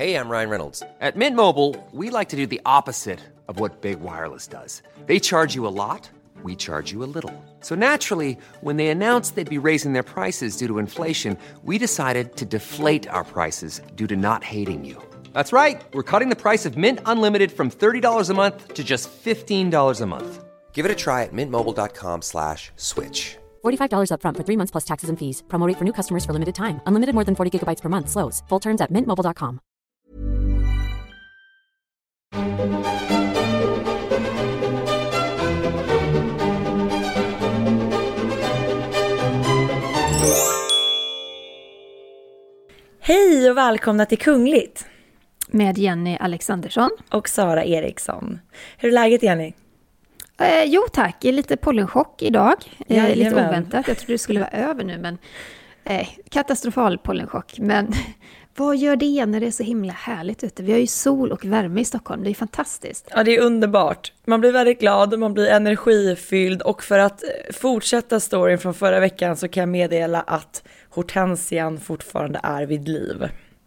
Hey, I'm Ryan Reynolds. At Mint Mobile, we like to do the opposite of what Big Wireless does. They charge you a lot, we charge you a little. So naturally, when they announced they'd be raising their prices due to inflation, we decided to deflate our prices due to not hating you. That's right. We're cutting the price of Mint Unlimited from $30 a month to just $15 a month. Give it a try at mintmobile.com/switch. $45 up front for 3 months plus taxes and fees. Promo rate for new customers for limited time. Unlimited more than 40 gigabytes per month. Slows full terms at mintmobile.com. Hej och välkomna till Kungligt. Med Jenny Alexandersson. Och Sara Eriksson. Hur är läget, Jenny? Jo tack, lite pollenchock idag. Lite Jajamän. oväntat, jag trodde det skulle vara över nu. Men katastrofal pollenchock. Men vad gör det när det är så himla härligt ute? Vi har ju sol och värme i Stockholm, det är fantastiskt. Ja, det är underbart. Man blir väldigt glad och man blir energifylld. Och för att fortsätta storyn från förra veckan så kan jag meddela att hortensian fortfarande är vid liv.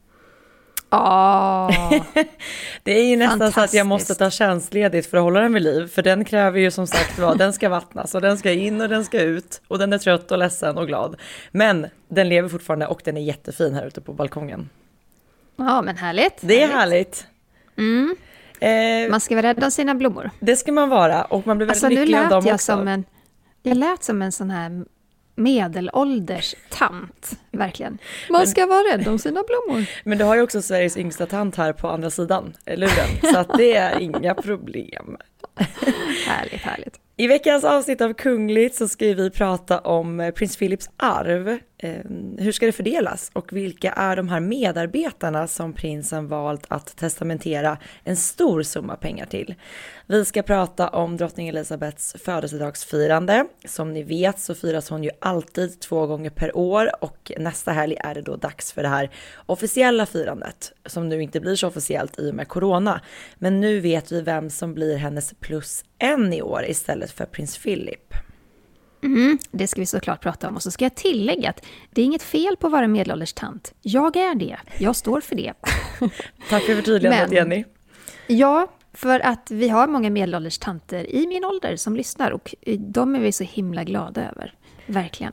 Det är ju nästan så att jag måste ta tjänstledigt för att hålla den vid liv. För den kräver ju som sagt den ska vattnas och den ska in och den ska ut. Och den är trött och ledsen och glad. Men den lever fortfarande och den är jättefin här ute på balkongen. Ja, men härligt. Det är härligt. Mm. Man ska vara rädd om sina blommor. Det ska man vara och man blir väldigt lycklig av dem också. Jag lät som en sån här medelålders tant, verkligen. Man ska vara rädd om sina blommor. Men du har ju också Sveriges yngsta tant här på andra sidan luren, så att det är inga problem. Härligt. I veckans avsnitt av Kungligt så ska vi prata om prins Philips arv. Hur ska det fördelas och vilka är de här medarbetarna som prinsen valt att testamentera en stor summa pengar till? Vi ska prata om drottning Elisabeths födelsedagsfirande. Som ni vet så firas hon ju alltid 2 gånger per år och nästa helg är det då dags för det här officiella firandet som nu inte blir så officiellt i och med corona. Men nu vet vi vem som blir hennes +1 i år istället för prins Philip. Det ska vi såklart prata om. Och så ska jag tillägga att det är inget fel på att vara medelålders tant. Jag är det. Jag står för det. Tack för förtydligandet, Jenny. Ja, för att vi har många medelålders tanter i min ålder som lyssnar. Och de är vi så himla glada över. Verkligen.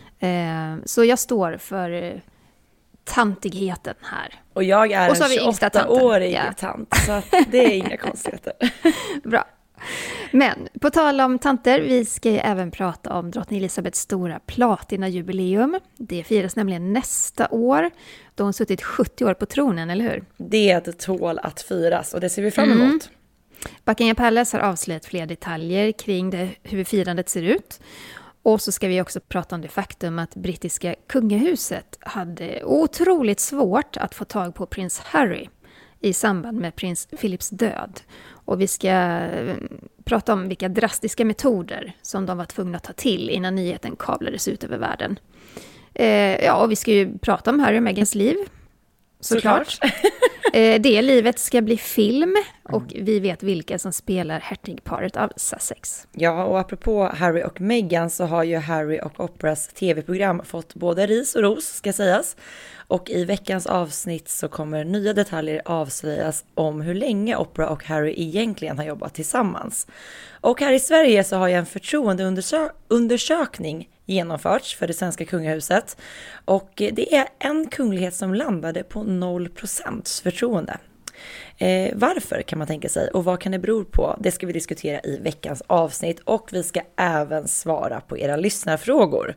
Så jag står för tantigheten här. Och jag är och så en 28-årig tant. Så att det är inga konstigheter. Bra. Men på tal om tanter, vi ska ju även prata om drottning Elisabeths stora platinajubileum. Det firas nämligen nästa år, då hon suttit 70 år på tronen, eller hur? Det tål att firas och det ser vi fram emot. Buckingham Palace har avslöjat fler detaljer kring hur firandet ser ut. Och så ska vi också prata om det faktum att brittiska kungahuset hade otroligt svårt att få tag på prins Harry i samband med prins Philips död. Och vi ska prata om vilka drastiska metoder som de var tvungna att ta till innan nyheten kablades ut över världen. Och vi ska ju prata om Harry och Meghans liv. Såklart. Det livet ska bli film och vi vet vilka som spelar hertigparet av Sussex. Ja, och apropå Harry och Meghan så har ju Harry och Oprahs tv-program fått både ris och ros, ska sägas. Och i veckans avsnitt så kommer nya detaljer avslöjas om hur länge Oprah och Harry egentligen har jobbat tillsammans. Och här i Sverige så har jag en förtroendeundersökning genomförts för det svenska kungahuset. Och det är en kunglighet som landade på 0% förtroende. Varför kan man tänka sig och vad kan det bero på? Det ska vi diskutera i veckans avsnitt och vi ska även svara på era lyssnarfrågor.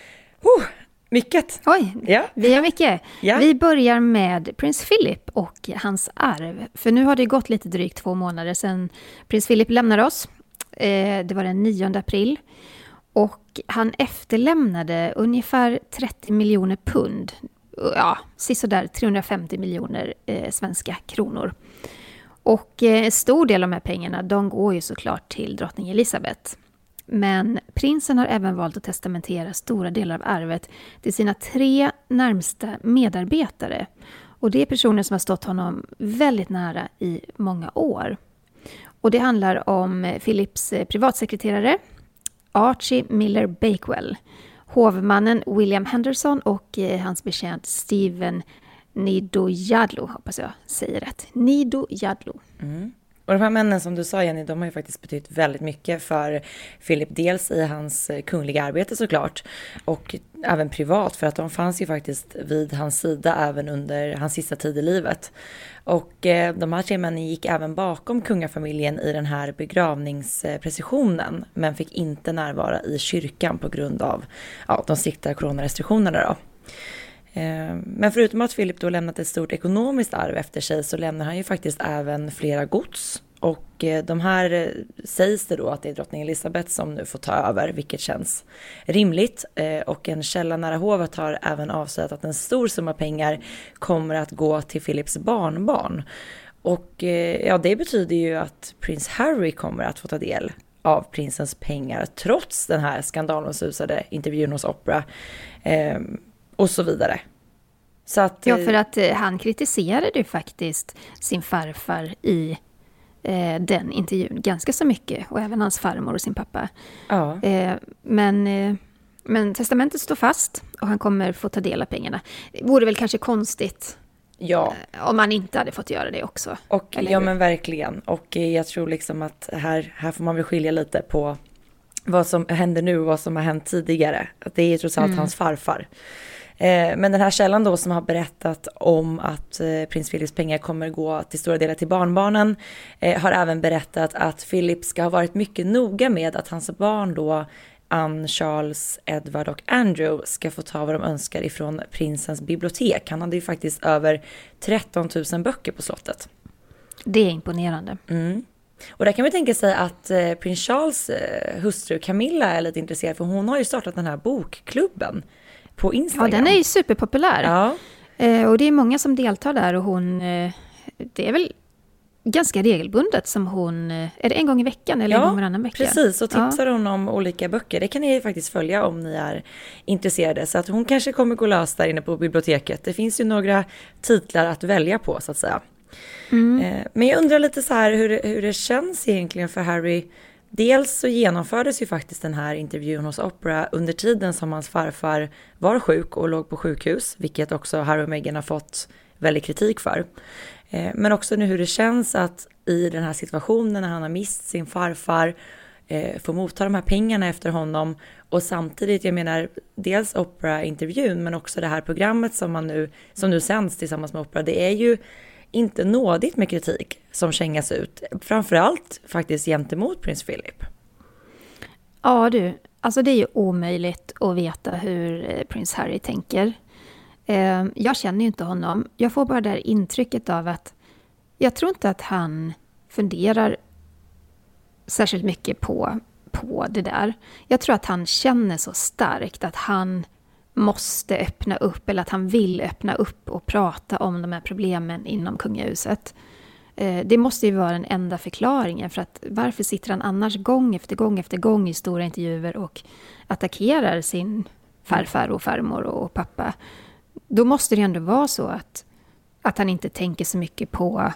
Mycket. Oj, ja. Vi har mycket. Ja. Vi börjar med prins Philip och hans arv. För nu har det gått lite drygt 2 månader sedan prins Philip lämnade oss. Det var den 9 april. Och han efterlämnade ungefär 30 miljoner pund. Ja, sådär 350 miljoner svenska kronor. Och stor del av de här pengarna, de går ju såklart till drottning Elisabeth. Men prinsen har även valt att testamentera stora delar av arvet till sina 3 närmsta medarbetare. Och det är personer som har stått honom väldigt nära i många år. Och det handlar om Philips privatsekreterare Archie Miller Bakewell, hovmannen William Henderson och hans betjänt Stephen Nido Jadlo, hoppas jag säger rätt. Nido Jadlo. Och de här männen som du sa, Jenny, de har ju faktiskt betytt väldigt mycket för Philip. Dels i hans kungliga arbete såklart, och även privat, för att de fanns ju faktiskt vid hans sida även under hans sista tid i livet. Och de här 3 männen gick även bakom kungafamiljen i den här begravningsprecisionen, men fick inte närvara i kyrkan på grund av de strikta coronarestriktionerna då. Men förutom att Philip då lämnat ett stort ekonomiskt arv efter sig, så lämnar han ju faktiskt även flera gods. Och de här sägs det då att det är drottning Elizabeth som nu får ta över, vilket känns rimligt. Och en källa nära hovet har även avslöjat att en stor summa pengar kommer att gå till Philips barnbarn. Och det betyder ju att prins Harry kommer att få ta del av prinsens pengar, trots den här skandalomsusade intervjun hos Oprah. Och så vidare. Så att, för att han kritiserade ju faktiskt sin farfar i den intervjun ganska så mycket. Och även hans farmor och sin pappa. Ja. Men testamentet står fast och han kommer få ta del av pengarna. Det vore väl kanske konstigt om han inte hade fått göra det också. Och, men verkligen. Och jag tror liksom att här får man väl skilja lite på vad som händer nu och vad som har hänt tidigare. Att det är trots allt hans farfar. Men den här källan då som har berättat om att prins Philips pengar kommer gå till stora delar till barnbarnen har även berättat att Philip ska ha varit mycket noga med att hans barn då, Anne, Charles, Edward och Andrew, ska få ta vad de önskar ifrån prinsens bibliotek. Han hade ju faktiskt över 13 000 böcker på slottet. Det är imponerande. Och där kan vi tänka sig att prins Charles hustru Camilla är lite intresserad, för hon har ju startat den här bokklubben på Instagram. Ja, den är ju superpopulär. Ja. Och det är många som deltar där, och hon, det är väl ganska regelbundet som hon, är det en gång i veckan eller en gång varannan vecka? Precis, och tipsar hon om olika böcker. Det kan ni faktiskt följa om ni är intresserade. Så att hon kanske kommer gå lös där inne på biblioteket. Det finns ju några titlar att välja på, så att säga. Men jag undrar lite så här hur det känns egentligen för Harry. Dels så genomfördes ju faktiskt den här intervjun hos Oprah under tiden som hans farfar var sjuk och låg på sjukhus, vilket också Harry och Meghan har fått väldigt kritik för. Men också nu hur det känns att i den här situationen när han har mist sin farfar, få motta de här pengarna efter honom, och samtidigt, jag menar, dels Oprah-intervjun men också det här programmet som nu sänds tillsammans med Oprah, det är ju inte nådigt med kritik som kängas ut. Framförallt faktiskt gentemot prins Philip. Ja du, alltså det är ju omöjligt att veta hur prins Harry tänker. Jag känner ju inte honom. Jag får bara det här intrycket av att jag tror inte att han funderar särskilt mycket på det där. Jag tror att han känner så starkt att han måste öppna upp, eller att han vill öppna upp och prata om de här problemen inom kungahuset. Det måste ju vara den enda förklaringen, för att varför sitter han annars gång efter gång i stora intervjuer och attackerar sin farfar och farmor och pappa? Då måste det ändå vara så att han inte tänker så mycket på,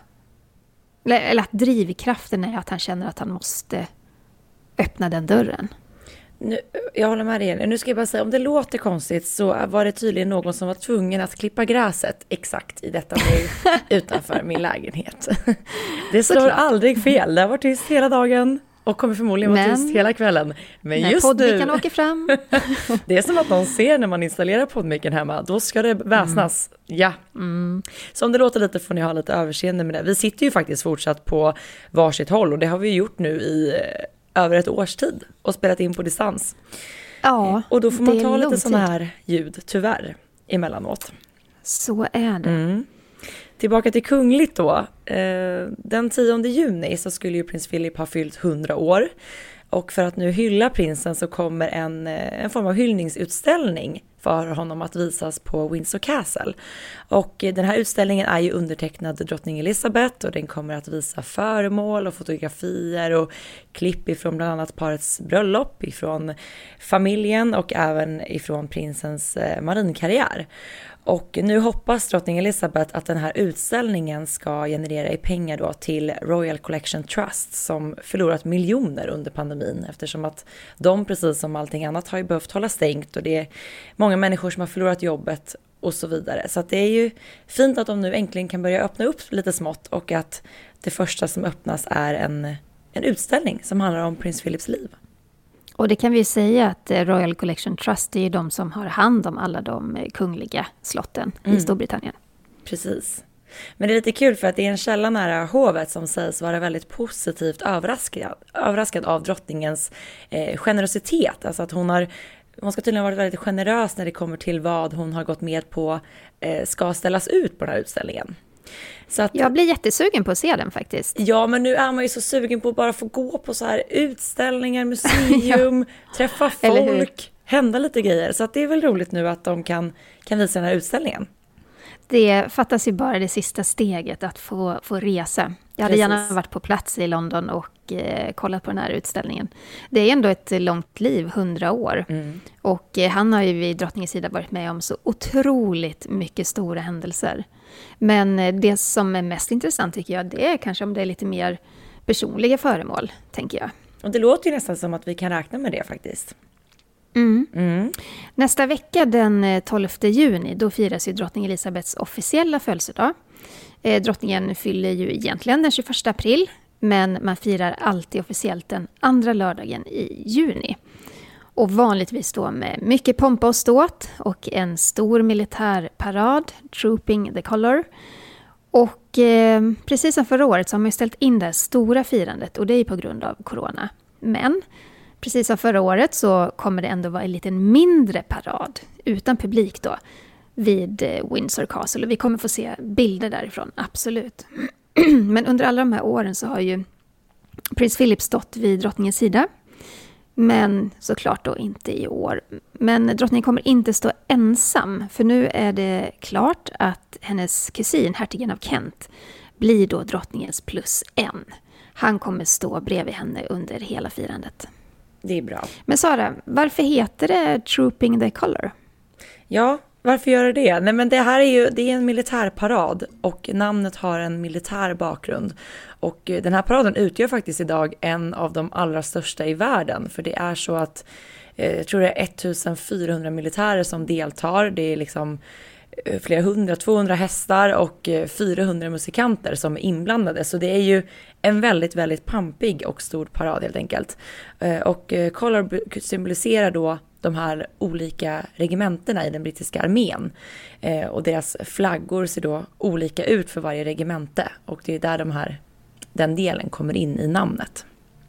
eller att drivkraften är att han känner att han måste öppna den dörren. Jag håller med dig. Nu ska jag bara säga, om det låter konstigt så var det tydligen någon som var tvungen att klippa gräset exakt i detta nu utanför min lägenhet. Det slår aldrig fel. Det har varit tyst hela dagen och kommer förmodligen vara tyst hela kvällen. Men just nu, poddmicken åker fram. Det är som att någon ser när man installerar poddmicken hemma. Då ska det väsnas. Ja. Så om det låter lite får ni ha lite överseende med det. Vi sitter ju faktiskt fortsatt på varsitt håll, och det har vi gjort nu i över ett års tid och spelat in på distans. Ja, och då får man ta lite sådana här ljud, tyvärr, emellanåt. Så är det. Tillbaka till kungligt då. Den 10 juni så skulle ju prins Philip ha fyllt 100 år. Och för att nu hylla prinsen så kommer en form av hyllningsutställning för honom att visas på Windsor Castle. Och den här utställningen är ju undertecknad drottning Elizabeth, och den kommer att visa föremål och fotografier och klipp ifrån bland annat parets bröllop, ifrån familjen och även ifrån prinsens marinkarriär. Och nu hoppas drottning Elizabeth att den här utställningen ska generera i pengar då till Royal Collection Trust, som förlorat miljoner under pandemin, eftersom att de, precis som allting annat, har ju behövt hålla stängt, och det är många människor som har förlorat jobbet och så vidare. Så att det är ju fint att de nu äntligen kan börja öppna upp lite smått och att det första som öppnas är en utställning som handlar om prins Philips liv. Och det kan vi säga att Royal Collection Trust är de som har hand om alla de kungliga slotten i Storbritannien. Precis. Men det är lite kul för att det är en källa nära hovet som sägs vara väldigt positivt överraskad av drottningens generositet. Alltså att hon ska tydligen ha varit väldigt generös när det kommer till vad hon har gått med på ska ställas ut på den här utställningen. Så att, jag blir jättesugen på att se den faktiskt. Ja, men nu är man ju så sugen på att bara få gå på så här utställningar, museum, träffa folk, hända lite grejer. Så att det är väl roligt nu att de kan visa den här utställningen. Det fattas ju bara det sista steget att få resa. Jag hade gärna varit på plats i London och kollat på den här utställningen. Det är ändå ett långt liv, 100 år. Och han har ju vid drottningens sida varit med om så otroligt mycket stora händelser. Men det som är mest intressant tycker jag, det är kanske om det är lite mer personliga föremål, tänker jag. Och det låter ju nästan som att vi kan räkna med det faktiskt. Nästa vecka den 12 juni då firas ju drottning Elisabeths officiella födelsedag. Drottningen fyller ju egentligen den 21 april, men man firar alltid officiellt den andra lördagen i juni. Och vanligtvis då med mycket pompa och ståt och en stor militärparad, Trooping the Colour. Och precis som förra året så har man ju ställt in det här stora firandet och det är på grund av corona. Men precis som förra året så kommer det ändå vara en liten mindre parad utan publik då vid Windsor Castle. Och vi kommer få se bilder därifrån, absolut. Men under alla de här åren så har ju prins Philip stått vid drottningens sida. Men såklart då inte i år. Men drottningen kommer inte stå ensam. För nu är det klart att hennes kusin, hertigen av Kent, blir då drottningens +1. Han kommer stå bredvid henne under hela firandet. Det är bra. Men Sara, varför heter det Trooping the Colour? Ja, varför gör det? Nej, men det här är en militärparad och namnet har en militär bakgrund. Och den här paraden utgör faktiskt idag en av de allra största i världen. För det är så att, jag tror det är 1400 militärer som deltar. Det är liksom flera 200 hästar och 400 musikanter som är inblandade. Så det är ju en väldigt, väldigt pampig och stor parad helt enkelt. Och Colour symboliserar då de här olika regementerna i den brittiska armén. Och deras flaggor ser då olika ut för varje regemente. Och det är där den delen kommer in i namnet.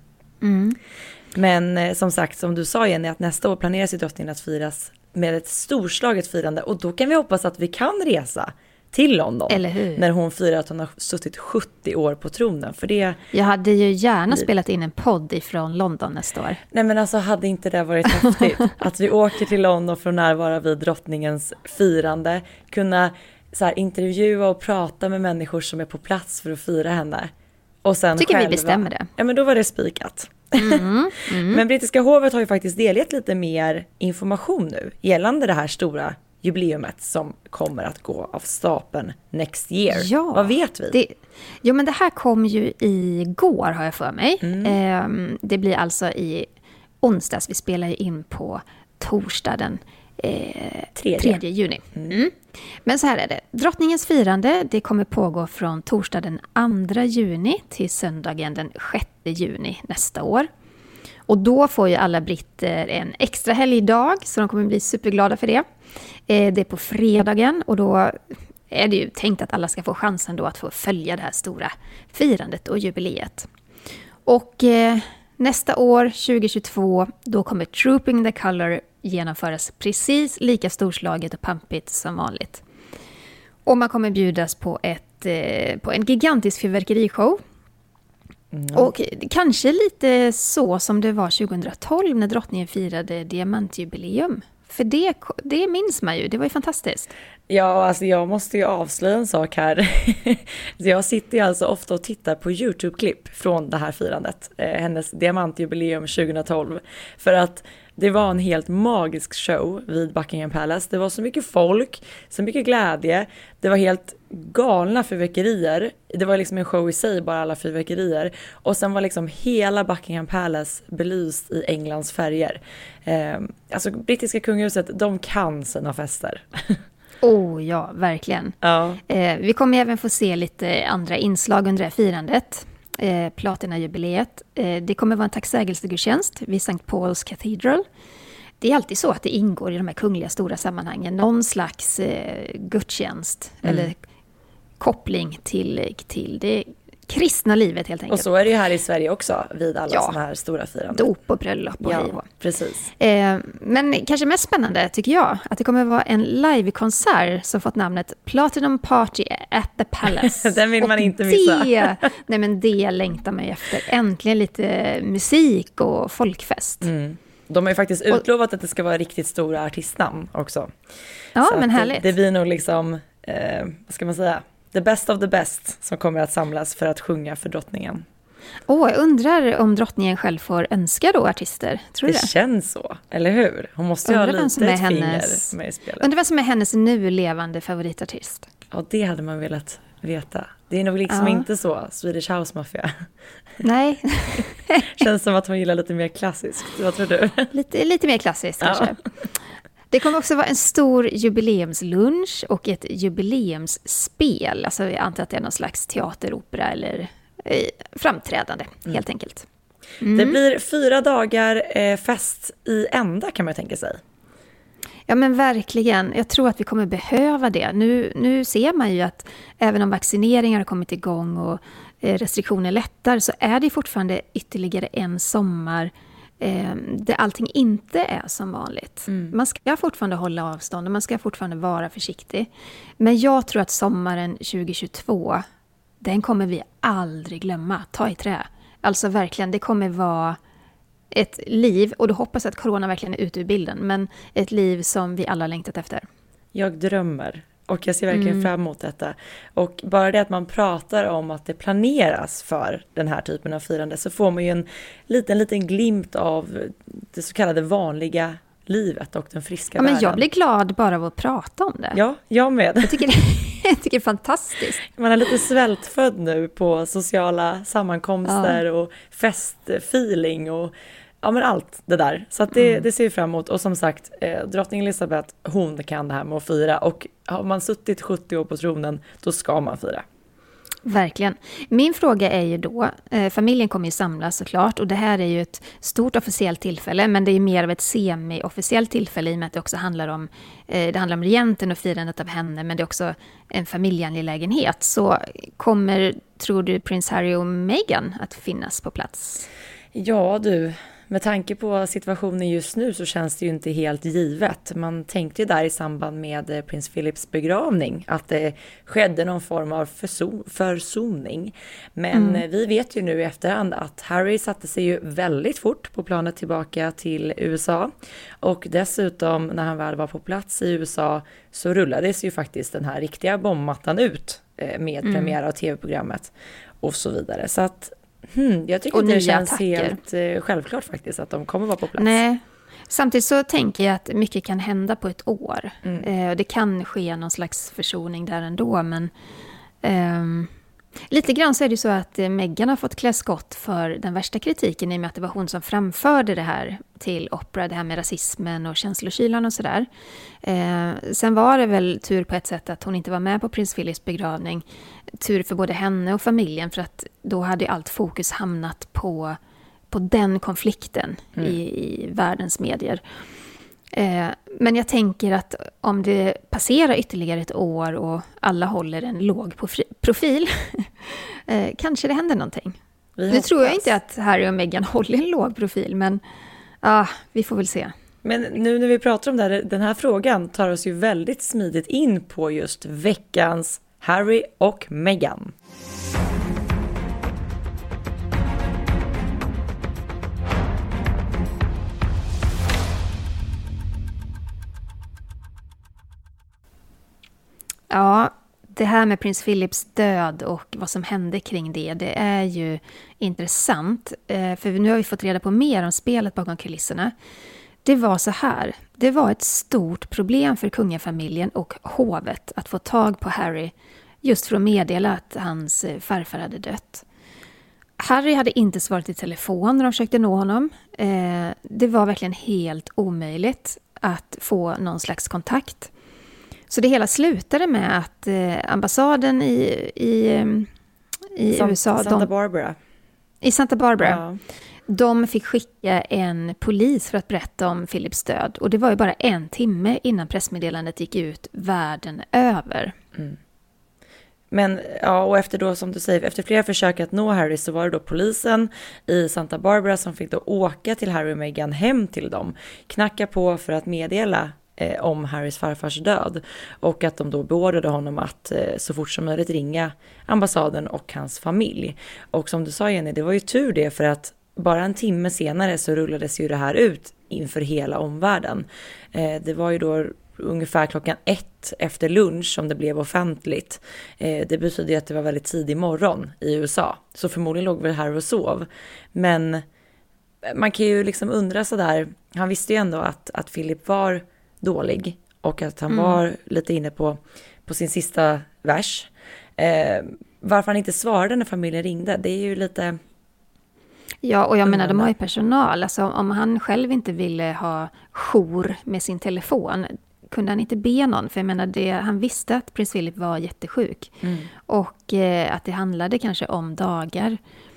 Men som sagt, som du sa Jenny, att nästa år planeras ju drottningen att firas med ett storslaget firande. Och då kan vi hoppas att vi kan resa till London. Eller hur? När hon firar att hon har suttit 70 år på tronen. För det... Jag hade ju gärna spelat in en podd ifrån London nästa år. Nej, men alltså hade inte det varit häftigt? Att vi åker till London för att närvara vid drottningens firande. Kunna så här, intervjua och prata med människor som är på plats för att fira henne. Och sen tycker själva... vi bestämmer det. Ja, men då var det spikat. Men brittiska hovet har ju faktiskt delgett lite mer information nu gällande det här stora jubileumet som kommer att gå av stapeln next year. Ja, vad vet vi? Men det här kom ju igår har jag för mig. Det blir alltså i onsdags. Vi spelar ju in på torsdag den 3 juni. Men så här är det. Drottningens firande det kommer pågå från torsdag den 2 juni till söndagen den 6 juni nästa år. Och då får ju alla britter en extra helgdag så de kommer bli superglada för det. Det är på fredagen och då är det ju tänkt att alla ska få chansen då att få följa det här stora firandet och jubileet. Och nästa år, 2022, då kommer Trooping the Colour genomföras precis lika storslaget och pampigt som vanligt. Och man kommer bjudas på en gigantisk fyrverkerishow. Och kanske lite så som det var 2012 när drottningen firade diamantjubileum. För det minns man ju, det var ju fantastiskt. Ja, alltså jag måste ju avslöja en sak här. Jag sitter ju alltså ofta och tittar på YouTube-klipp från det här firandet. Hennes diamantjubileum 2012. För att det var en helt magisk show vid Buckingham Palace. Det var så mycket folk, så mycket glädje. Det var helt galna fyrverkerier. Det var liksom en show i sig, bara alla fyrverkerier. Och sen var liksom hela Buckingham Palace belyst i Englands färger. Alltså brittiska kungahuset, de kan sina fester. Oh ja, verkligen. Ja. Vi kommer även få se lite andra inslag under det här firandet. Platinajubileet. Det kommer vara en tacksägelsegudstjänst vid St. Paul's Cathedral. Det är alltid så att det ingår i de här kungliga stora sammanhangen någon slags gudstjänst eller koppling till det kristna livet helt enkelt. Och så är det ju här i Sverige också vid alla sådana här stora firanden. Dop och bröllop och hej. Precis. Men kanske mest spännande tycker jag att det kommer vara en livekonsert som fått namnet Platinum Party at the Palace. Den vill man inte missa. Nej men det längtar man ju efter. Äntligen lite musik och folkfest. De har ju faktiskt utlovat att det ska vara riktigt stora artistnamn också. Ja, så men härligt. Det blir nog liksom, vad ska man säga, the best of the best som kommer att samlas för att sjunga för drottningen. Jag undrar om drottningen själv får önska då artister. Tror du det? Det känns så, eller hur? Hon måste ju ha lite ett finger med i spelet. Undrar vem som är hennes nu levande favoritartist. Ja, det hade man velat veta. Det är nog liksom inte så Swedish House Mafia. Nej. Känns som att hon gillar lite mer klassiskt. Vad tror du? Lite mer klassiskt kanske. Det kommer också vara en stor jubileumslunch och ett jubileumsspel. Alltså jag antar att det är någon slags teateropera eller framträdande helt enkelt. Det blir 4 dagar fest i ända kan man tänka sig. Ja men verkligen, jag tror att vi kommer behöva det. Nu ser man ju att även om vaccineringar har kommit igång och restriktioner lättar så är det fortfarande ytterligare en sommar där allting inte är som vanligt. Man ska fortfarande hålla avstånd och man ska fortfarande vara försiktig. Men jag tror att sommaren 2022, den kommer vi aldrig glömma. Ta i trä. Alltså verkligen, det kommer vara ett liv, och då hoppas jag att corona verkligen är ute ur bilden, men ett liv som vi alla längtat efter. Jag drömmer. Och jag ser verkligen fram emot detta. Och bara det att man pratar om att det planeras för den här typen av firande så får man ju en liten glimt av det så kallade vanliga livet och den friska världen. Men jag blir glad bara av att prata om det. Ja, jag med. Jag tycker det är fantastiskt. Man är lite svältfödd nu på sociala sammankomster och festfeeling och ja, men allt det där. Så att det ser vi fram emot. Och som sagt, drottning Elizabeth, hon kan det här med att fira. Och har man suttit 70 år på tronen, då ska man fira. Verkligen. Min fråga är ju då, familjen kommer ju samlas såklart. Och det här är ju ett stort officiellt tillfälle. Men det är mer av ett semi-officiellt tillfälle i och med att det också handlar om regenten och firandet av henne. Men det är också en familjeangelägenhet. Så tror du prins Harry och Meghan att finnas på plats? Ja du, med tanke på situationen just nu så känns det ju inte helt givet. Man tänkte ju där i samband med prins Philips begravning att det skedde någon form av försoning. Men vi vet ju nu i efterhand att Harry satte sig ju väldigt fort på planet tillbaka till USA. Och dessutom när han väl var på plats i USA så rullades ju faktiskt den här riktiga bombmattan ut med premiär av tv-programmet och så vidare. Så att jag tycker inte det känns helt självklart faktiskt att de kommer vara på plats. Nej. Samtidigt så tänker jag att mycket kan hända på ett år. Det kan ske någon slags försoning där ändå. Men lite grann så är det så att Meghan har fått klä skott för den värsta kritiken i och med att det var hon som framförde det här till Oprah. Det här med rasismen och känslokylan och sådär. Sen var det väl tur på ett sätt att hon inte var med på prins Philips begravning. Tur för både henne och familjen, för att då hade allt fokus hamnat på den konflikten i världens medier. Men jag tänker att om det passerar ytterligare ett år och alla håller en låg profil kanske det händer någonting. Nu tror jag inte att Harry och Meghan håller en låg profil, men vi får väl se. Men nu när vi pratar om det här, den här frågan tar oss ju väldigt smidigt in på just veckans Harry och Meghan. Ja, det här med prins Philips död och vad som hände kring det är ju intressant. För nu har vi fått reda på mer om spelet bakom kulisserna. Det var så här. Det var ett stort problem för kungafamiljen och hovet att få tag på Harry just för att meddela att hans farfar hade dött. Harry hade inte svarat i telefon när de försökte nå honom. Det var verkligen helt omöjligt att få någon slags kontakt. Så det hela slutade med att ambassaden i USA... Santa Barbara. I Santa Barbara. Ja. De fick skicka en polis för att berätta om Philips död. Och det var ju bara 1 timme innan pressmeddelandet gick ut världen över. Mm. Men ja, och efter då, som du säger, efter flera försök att nå Harry så var det då polisen i Santa Barbara som fick då åka till Harry och Meghan hem till dem. Knacka på för att meddela om Harrys farfars död. Och att de då beordrade honom att så fort som möjligt ringa ambassaden och hans familj. Och som du sa, Jenny, det var ju tur det, för att bara 1 timme senare så rullades ju det här ut inför hela omvärlden. Det var ju då ungefär 1:00 efter lunch som det blev offentligt. Det betyder att det var väldigt tidig morgon i USA. Så förmodligen låg väl Harry och sov. Men man kan ju liksom undra sådär. Han visste ju ändå att Philip var dålig. Och att han var lite inne på sin sista vers. Varför han inte svarade när familjen ringde, det är ju lite... Ja, och jag menar, de har ju personal. Alltså, om han själv inte ville ha jour med sin telefon, kunde han inte be någon. För jag menar, han visste att prins Philip var jättesjuk. Och att det handlade kanske om dagar.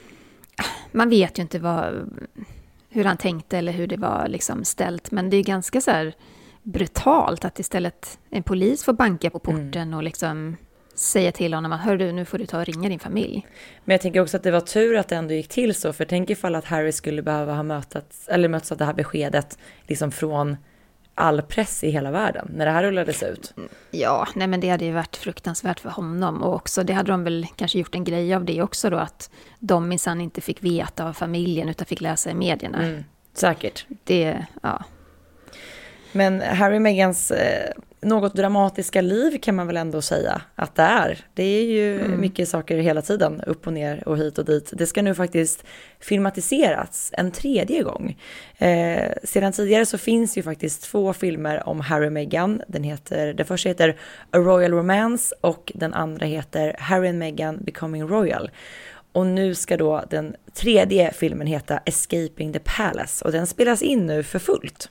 Man vet ju inte hur han tänkte eller hur det var liksom ställt. Men det är ganska så här brutalt att istället en polis får banka på porten och liksom... säga till honom att hör du, nu får du ta och ringa din familj. Men jag tänker också att det var tur att det ändå gick till så. För tänk ifall att Harry skulle behöva ha mötts av det här beskedet liksom från all press i hela världen när det här rullades ut. Ja, nej, men det hade ju varit fruktansvärt för honom. Och också, det hade de väl kanske gjort en grej av det också då, att de minsann inte fick veta av familjen utan fick läsa i medierna. Säkert. Det, ja. Men Harry och Meghans något dramatiska liv kan man väl ändå säga att det är. Det är ju mycket saker hela tiden, upp och ner och hit och dit. Det ska nu faktiskt filmatiseras en 3:e gång. Sedan tidigare så finns ju faktiskt 2 filmer om Harry och Meghan. Den första heter A Royal Romance och den andra heter Harry and Meghan Becoming Royal. Och nu ska då den 3:e filmen heta Escaping the Palace och den spelas in nu för fullt.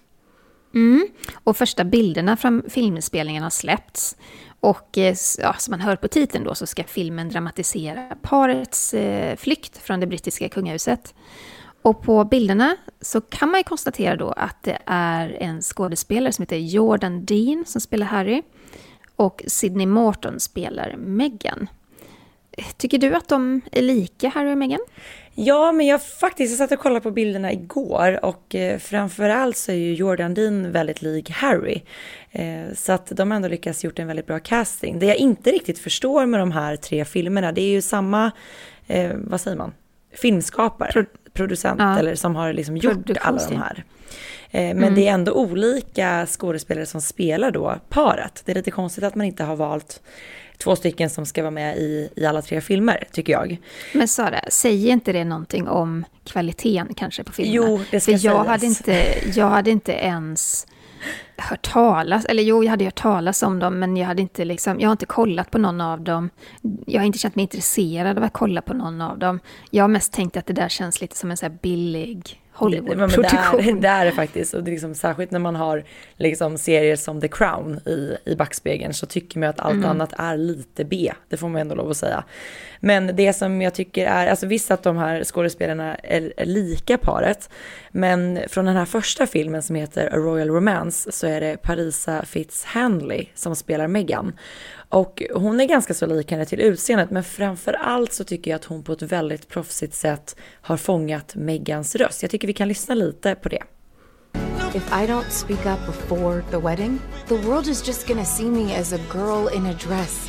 Och första bilderna från filminspelningen har släppts. Och ja, som man hör på titeln då, så ska filmen dramatisera parets flykt från det brittiska kungahuset. Och på bilderna så kan man ju konstatera då att det är en skådespelare som heter Jordan Dean som spelar Harry. Och Sydney Morton spelar Meghan. Tycker du att de är lika, Harry och Meghan? Ja, men jag satt och kollade på bilderna igår och framförallt så är ju Jordan Dean väldigt lik Harry. Så att de ändå lyckas gjort en väldigt bra casting. Det jag inte riktigt förstår med de här 3 filmerna, det är ju samma, vad säger man? Filmskapare, producent eller som har liksom gjort alla de här. Men det är ändå olika skådespelare som spelar då paret. Det är lite konstigt att man inte har valt 2 stycken som ska vara med i alla 3 filmer, tycker jag. Men Sara, säger inte det någonting om kvaliteten kanske på filmen? Jo, det ska sägas. Jag hade inte ens hört talas, eller jo, jag hade hört talas om dem, men jag har inte kollat på någon av dem. Jag har inte känt mig intresserad av att kolla på någon av dem. Jag har mest tänkt att det där känns lite som en så här billig Hollywood-produktion. Det är det faktiskt. Och det är liksom, särskilt när man har liksom serier som The Crown i backspegeln, så tycker man att allt annat är lite B. Det får man ändå lov att säga. Men det som jag tycker är, alltså visst att de här skådespelarna är lika paret, men från den här första filmen som heter A Royal Romance så är det Parisa Fitzhandley som spelar Meghan. Och hon är ganska så lik henne till utseendet, men framför allt så tycker jag att hon på ett väldigt proffsigt sätt har fångat Meghans röst. Jag tycker vi kan lyssna lite på det. If I don't speak up before the wedding, the world is just gonna see me as a girl in a dress.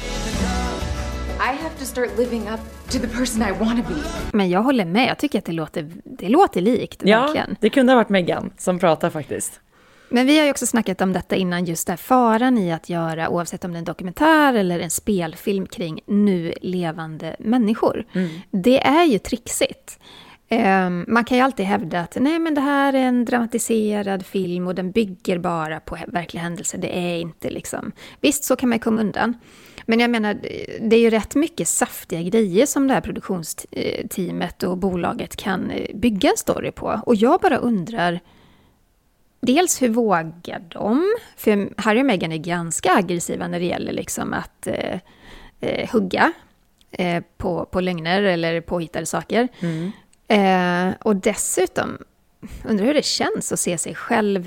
I have to start living up to the person I want to be. Men jag håller med, jag tycker att det låter likt. Ja, verkligen. Det kunde ha varit Meghan som pratar faktiskt. Men vi har ju också snackat om detta innan, just där faran i att göra, oavsett om det är en dokumentär eller en spelfilm kring nu levande människor. Det är ju trixigt. Man kan ju alltid hävda att nej, men det här är en dramatiserad film och den bygger bara på verkliga händelser. Det är inte liksom... Visst, så kan man komma undan. Men jag menar, det är ju rätt mycket saftiga grejer som det här produktionsteamet och bolaget kan bygga en story på. Och jag bara undrar, dels hur vågar de? För Harry och Meghan är ganska aggressiva när det gäller liksom att hugga på lögner eller påhittade saker. Och dessutom undrar hur det känns att se sig själv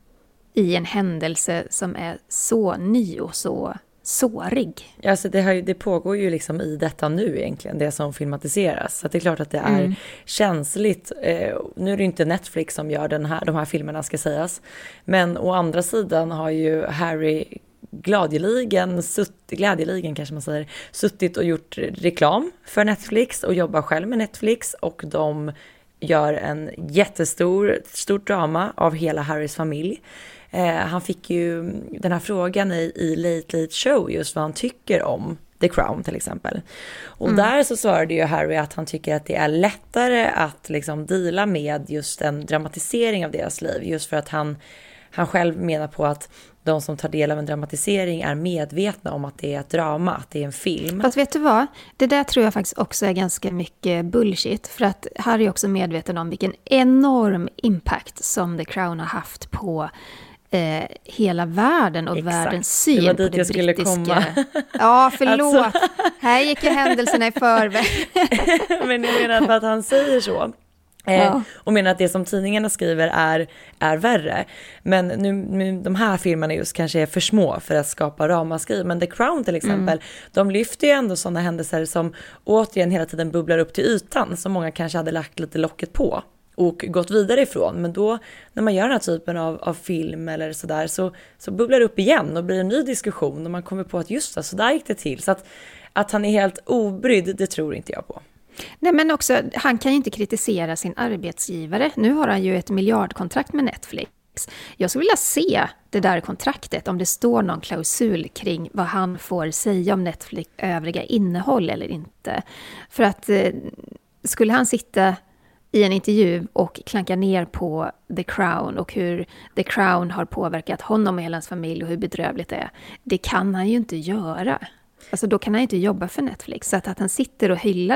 i en händelse som är så ny och så sårig. Alltså det pågår ju liksom i detta nu egentligen, det som filmatiseras. Så det är klart att det är känsligt. Nu är det inte Netflix som gör de här filmerna, ska sägas. Men å andra sidan har ju Harry glädjeligen kanske man säger, suttit och gjort reklam för Netflix och jobbar själv med Netflix, och de gör en stort drama av hela Harrys familj. Han fick ju den här frågan i Late Late Show just vad han tycker om The Crown till exempel. Och där så svarade ju Harry att han tycker att det är lättare att liksom deala med just en dramatisering av deras liv, just för att han själv menar på att de som tar del av en dramatisering är medvetna om att det är ett drama, att det är en film. Fast vet du vad? Det där tror jag faktiskt också är ganska mycket bullshit. För att Harry är också medveten om vilken enorm impact som The Crown har haft på hela världen och världens syn på det brittiska. Skulle komma. Ja, förlåt. Alltså. Här gick ju händelserna i förväg. Men jag menar att han säger så. Och menar att det som tidningarna skriver är värre. Men nu de här filmerna just kanske är för små för att skapa ramaskri. Men The Crown till exempel, de lyfter ju ändå sådana händelser som återigen hela tiden bubblar upp till ytan, som många kanske hade lagt lite locket på och gått vidare ifrån. Men då när man gör den här typen av film eller sådär, så bubblar det upp igen och blir en ny diskussion och man kommer på att just så där gick det till. Så att han är helt obrydd, det tror inte jag på. Nej, men också, han kan ju inte kritisera sin arbetsgivare. Nu har han ju ett miljardkontrakt med Netflix. Jag skulle vilja se det där kontraktet, om det står någon klausul kring vad han får säga om Netflix övriga innehåll eller inte. För att skulle han sitta i en intervju och klanka ner på The Crown och hur The Crown har påverkat honom och hela hans familj och hur bedrövligt det är, det kan han ju inte göra. Alltså då kan han inte jobba för Netflix. Så att han sitter och hyllar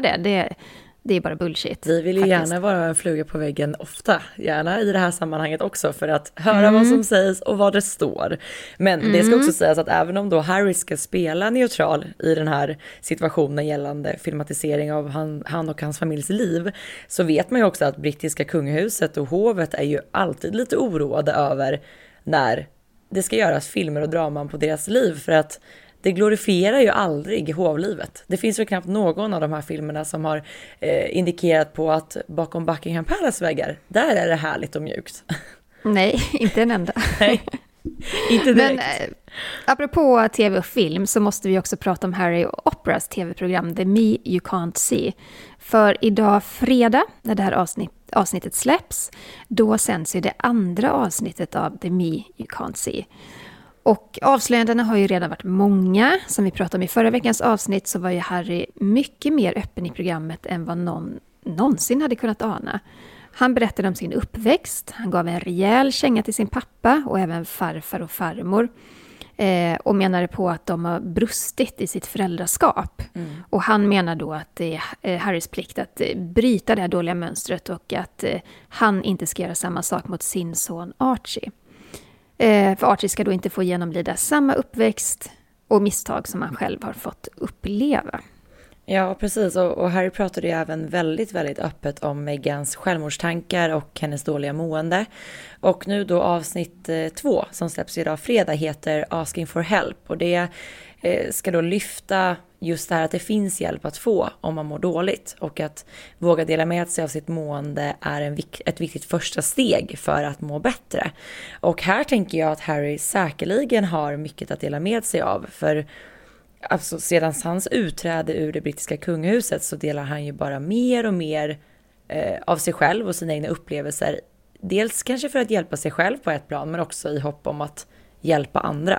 det är bara bullshit. Vi vill ju gärna vara en fluga på väggen ofta. Gärna i det här sammanhanget också, för att höra vad som sägs och vad det står. Men det ska också sägas att även om då Harry ska spela neutral i den här situationen gällande filmatisering av han och hans familjs liv, så vet man ju också att brittiska kungahuset och hovet är ju alltid lite oroade över när det ska göras filmer och draman på deras liv, för att det glorifierar ju aldrig hovlivet. Det finns väl knappt någon av de här filmerna som har indikerat på att bakom Buckingham Palace väggar, där är det härligt och mjukt. Nej, inte en enda. Nej, inte direkt. Men apropå tv och film så måste vi också prata om Harry och Oprahs tv-program The Me You Can't See. För idag fredag, när det här avsnittet släpps, då sänds ju det andra avsnittet av The Me You Can't See. Och avslöjandena har ju redan varit många. Som vi pratade om i förra veckans avsnitt så var ju Harry mycket mer öppen i programmet än vad någon någonsin hade kunnat ana. Han berättade om sin uppväxt, han gav en rejäl känga till sin pappa och även farfar och farmor. Och menade på att de har brustit i sitt föräldraskap. Och han menar då att det är Harrys plikt att bryta det här dåliga mönstret och att han inte ska göra samma sak mot sin son Archie. För Archie ska då inte få genomlida samma uppväxt och misstag som han själv har fått uppleva. Ja, precis. Och Harry pratade ju även väldigt, väldigt öppet om Meghans självmordstankar och hennes dåliga mående. Och nu då avsnitt 2 som släpps idag fredag heter Asking for Help. Och det ska då lyfta just det här att det finns hjälp att få om man mår dåligt. Och att våga dela med sig av sitt mående är ett viktigt första steg för att må bättre. Och här tänker jag att Harry säkerligen har mycket att dela med sig av. För alltså, sedan hans utträde ur det brittiska kungahuset så delar han ju bara mer och mer av sig själv och sina egna upplevelser. Dels kanske för att hjälpa sig själv på ett plan, men också i hopp om att hjälpa andra.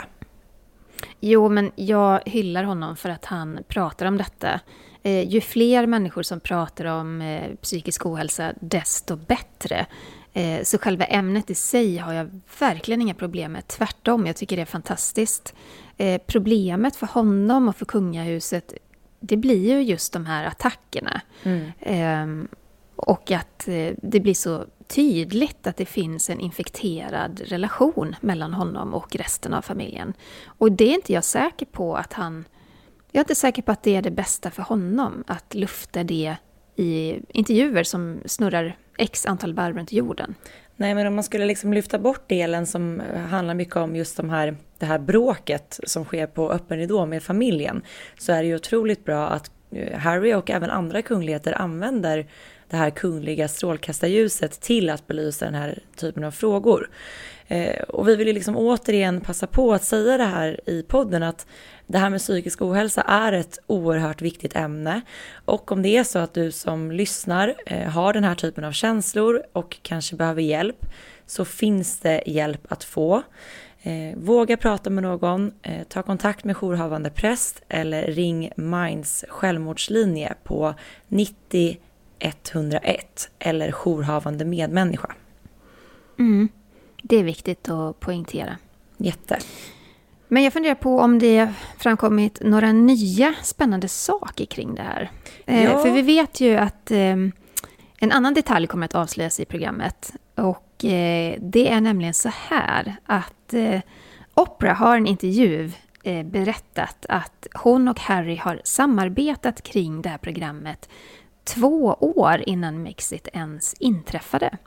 Jo, men jag hyllar honom för att han pratar om detta. Ju fler människor som pratar om psykisk ohälsa, desto bättre. Så själva ämnet i sig har jag verkligen inga problem med. Tvärtom, jag tycker det är fantastiskt. Problemet för honom och för kungahuset, det blir ju just de här attackerna. Och att det blir så tydligt att det finns en infekterad relation mellan honom och resten av familjen. Och det är inte jag säker på att jag är inte säker på att det är det bästa för honom att lufta det i intervjuer som snurrar x antal varv runt jorden. Nej, men om man skulle liksom lyfta bort delen som handlar mycket om just det här bråket som sker på öppen ridå med familjen, så är det ju otroligt bra att Harry och även andra kungligheter använder det här kungliga strålkastarljuset till att belysa den här typen av frågor. Och vi vill ju liksom återigen passa på att säga det här i podden, att det här med psykisk ohälsa är ett oerhört viktigt ämne. Och om det är så att du som lyssnar har den här typen av känslor och kanske behöver hjälp, så finns det hjälp att få. Våga prata med någon, ta kontakt med jourhavande präst eller ring Minds självmordslinje på 90 101 eller jourhavande medmänniska. Det är viktigt att poängtera. Jätte. Men jag funderar på om det framkommit några nya spännande saker kring det här. Ja. För vi vet ju att en annan detalj kommer att avslöjas i programmet. Och det är nämligen så här att Oprah har en intervju berättat att hon och Harry har samarbetat kring det här programmet 2 år innan Mexit ens inträffade.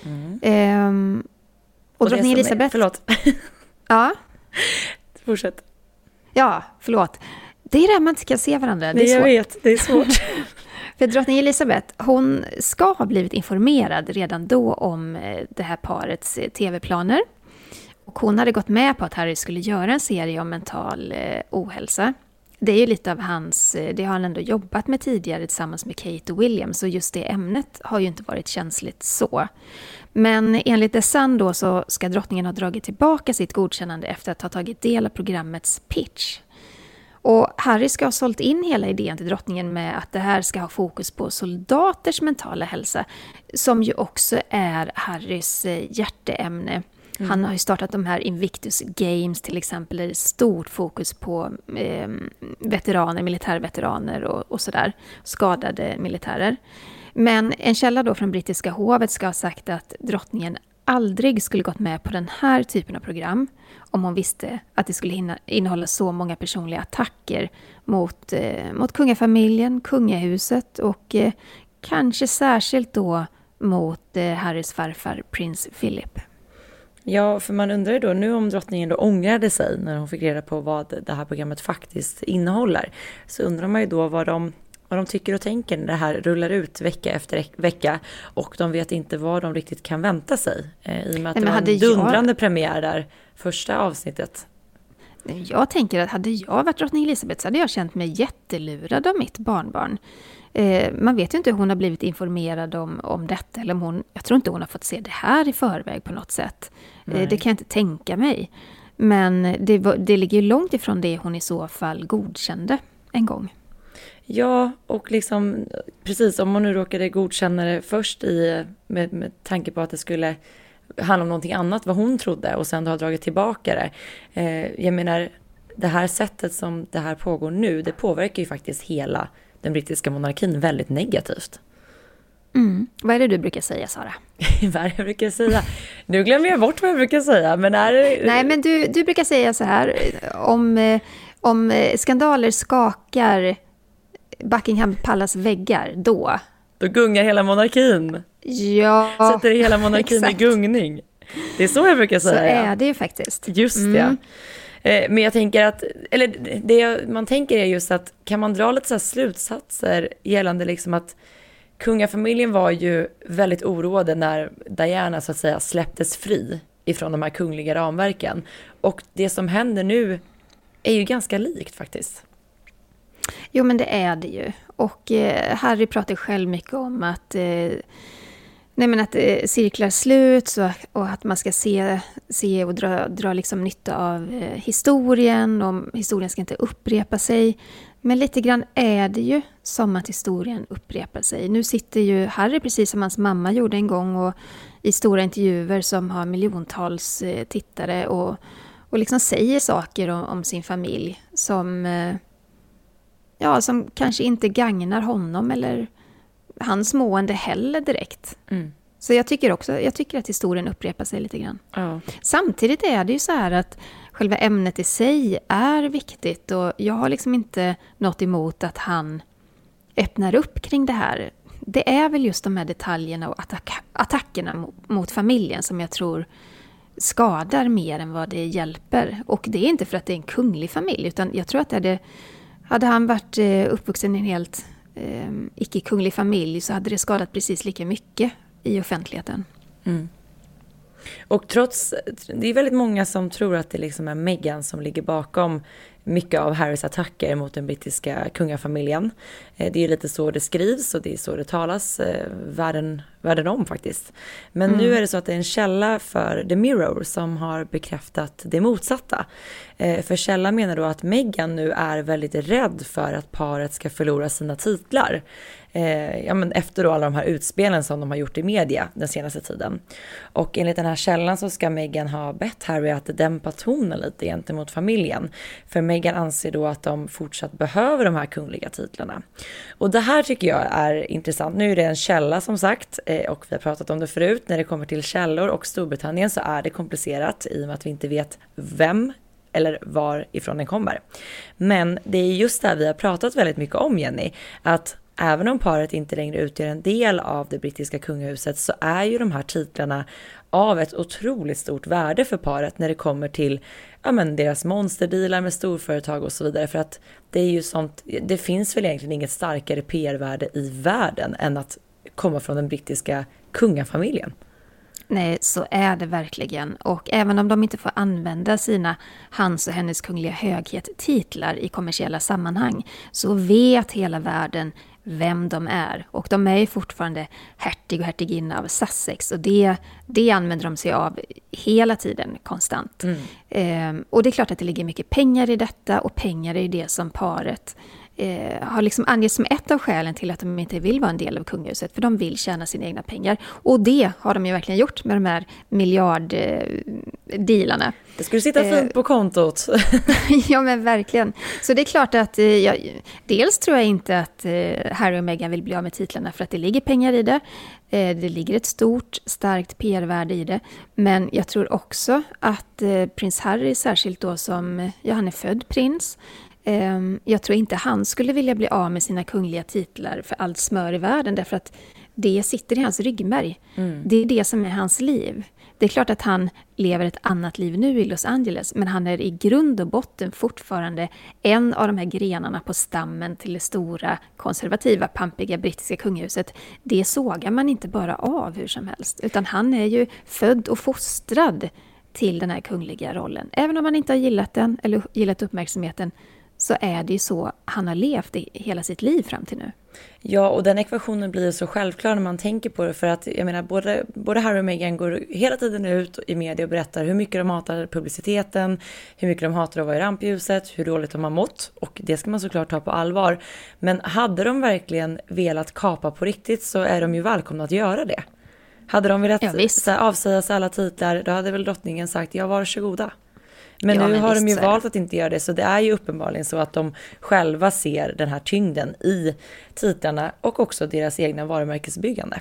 Och drottning Elizabeth... Förlåt. Ja. Fortsätt. Ja, förlåt. Det är det man inte kan se varandra. Det är jag svårt. vet, det är svårt. För drottning Elizabeth, hon ska ha blivit informerad redan då om det här parets tv-planer. Och hon hade gått med på att Harry skulle göra en serie om mental ohälsa. Det är ju lite av det har han ändå jobbat med tidigare tillsammans med Kate och William, så just det ämnet har ju inte varit känsligt så. Men enligt The Sun då så ska drottningen ha dragit tillbaka sitt godkännande efter att ha tagit del av programmets pitch. Och Harry ska ha sålt in hela idén till drottningen med att det här ska ha fokus på soldaters mentala hälsa, som ju också är Harrys hjärteämne. Han har ju startat de här Invictus Games till exempel, där det är stort fokus på veteraner, militärveteraner och sådär, skadade militärer. Men en källa då från brittiska hovet ska ha sagt att drottningen aldrig skulle gått med på den här typen av program om hon visste att det skulle innehålla så många personliga attacker mot kungafamiljen, kungahuset och kanske särskilt då mot Harrys farfar prins Philip. Ja, för man undrar ju då nu om drottningen då ångrade sig när hon fick reda på vad det här programmet faktiskt innehåller. Så undrar man ju då vad de tycker och tänker när det här rullar ut vecka efter vecka och de vet inte vad de riktigt kan vänta sig. I och med att det var en dundrande premiär där, första avsnittet. Jag tänker att hade jag varit drottning Elizabeth så hade jag känt mig jättelurad av mitt barnbarn. Man vet ju inte hur hon har blivit informerad om detta, eller jag tror inte hon har fått se det här i förväg på något sätt. Det kan jag inte tänka mig. Men det ligger ju långt ifrån det hon i så fall godkände en gång. Ja, och liksom precis, om hon nu råkade godkänna det först med tanke på att det skulle handla om någonting annat vad hon trodde och sen då har dragit tillbaka det. Jag menar, det här sättet som det här pågår nu, det påverkar ju faktiskt hela den brittiska monarkin väldigt negativt. Vad är det du brukar säga, Sara? Vad är det jag brukar säga? Nu glömmer jag bort vad jag brukar säga. Men Nej, men du brukar säga så här, om skandaler skakar Buckingham Palace väggar, då gungar hela monarkin. Ja, sätter hela monarkin i gungning. Det är så jag brukar säga. Så är det ju faktiskt. Just det. Men jag tänker att, eller det man tänker är just att kan man dra lite så här slutsatser gällande liksom att kungafamiljen var ju väldigt oroade när Diana så att säga släpptes fri ifrån de här kungliga ramverken. Och det som händer nu är ju ganska likt faktiskt. Jo, men det är det ju. Och Harry pratar själv mycket om att att cirklar slut och att man ska se och dra liksom nytta av historien, och historien ska inte upprepa sig. Men lite grann är det ju som att historien upprepar sig. Nu sitter ju Harry precis som hans mamma gjorde en gång och i stora intervjuer som har miljontals tittare och liksom säger saker om sin familj som kanske inte gagnar honom eller hans mående heller direkt. Så jag tycker att historien upprepar sig lite grann. Ja. Samtidigt är det ju så här att själva ämnet i sig är viktigt. Och jag har liksom inte något emot att han öppnar upp kring det här. Det är väl just de här detaljerna och attackerna mot familjen som jag tror skadar mer än vad det hjälper. Och det är inte för att det är en kunglig familj, utan jag tror att hade han varit uppvuxen i en helt icke-kunglig familj så hade det skadat precis lika mycket i offentligheten. Mm. Och det är väldigt många som tror att det liksom är Meghan som ligger bakom mycket av Harrys attacker mot den brittiska kungafamiljen. Det är lite så det skrivs och det är så det talas världen om faktiskt. Men nu är det så att det är en källa för The Mirror som har bekräftat det motsatta. För källan menar då att Meghan nu är väldigt rädd för att paret ska förlora sina titlar. Efter då alla de här utspelen som de har gjort i media den senaste tiden. Och enligt den här källan så ska Meghan ha bett Harry att dämpa tonen lite gentemot familjen. För Meghan anser då att de fortsatt behöver de här kungliga titlarna. Och det här tycker jag är intressant. Nu är det en källa som sagt, och vi har pratat om det förut. När det kommer till källor och Storbritannien så är det komplicerat i och med att vi inte vet vem eller varifrån den kommer. Men det är just det vi har pratat väldigt mycket om, Jenny, att även om paret inte längre utgör en del av det brittiska kungahuset så är ju de här titlarna av ett otroligt stort värde för paret när det kommer till deras monsterdealar med storföretag och så vidare. För att det är ju sånt, det finns väl egentligen inget starkare PR-värde i världen än att komma från den brittiska kungafamiljen. Nej, så är det verkligen. Och även om de inte får använda hans och hennes kungliga höghet titlar i kommersiella sammanhang så vet hela världen vem de är. Och de är ju fortfarande hertig och hertiginna av Sussex. Och det använder de sig av hela tiden, konstant. Och det är klart att det ligger mycket pengar i detta. Och pengar är det som paret har liksom angetts som ett av skälen till att de inte vill vara en del av kungahuset. För de vill tjäna sina egna pengar. Och det har de ju verkligen gjort med de här miljarddealarna. Det skulle sitta fint på kontot. Ja, men verkligen. Så det är klart att dels tror jag inte att Harry och Meghan vill bli av med titlarna för att det ligger pengar i det. Det ligger ett stort, starkt PR-värde i det. Men jag tror också att prins Harry, särskilt då som han är född prins, jag tror inte han skulle vilja bli av med sina kungliga titlar för allt smör i världen, därför att det sitter i hans ryggmärg. Det är det som är hans liv. Det är klart att han lever ett annat liv nu i Los Angeles, men han är i grund och botten fortfarande en av de här grenarna på stammen till det stora, konservativa, pampiga brittiska kungahuset. Det sågar man inte bara av hur som helst, utan han är ju född och fostrad till den här kungliga rollen. Även om han inte har gillat den eller gillat uppmärksamheten, så är det ju så han har levt i hela sitt liv fram till nu. Ja, och den ekvationen blir så självklar när man tänker på det. För att jag menar, både Harry och Meghan går hela tiden ut i media och berättar hur mycket de hatar publiciteten, hur mycket de hatar att vara i rampljuset, hur dåligt de har mått. Och det ska man såklart ta på allvar. Men hade de verkligen velat kapa på riktigt så är de ju välkomna att göra det. Hade de velat avsäga sig alla titlar, då hade väl drottningen sagt, ja, varsågoda. Men nu har de ju valt att inte göra det, så det är ju uppenbarligen så att de själva ser den här tyngden i titlarna och också deras egna varumärkesbyggande.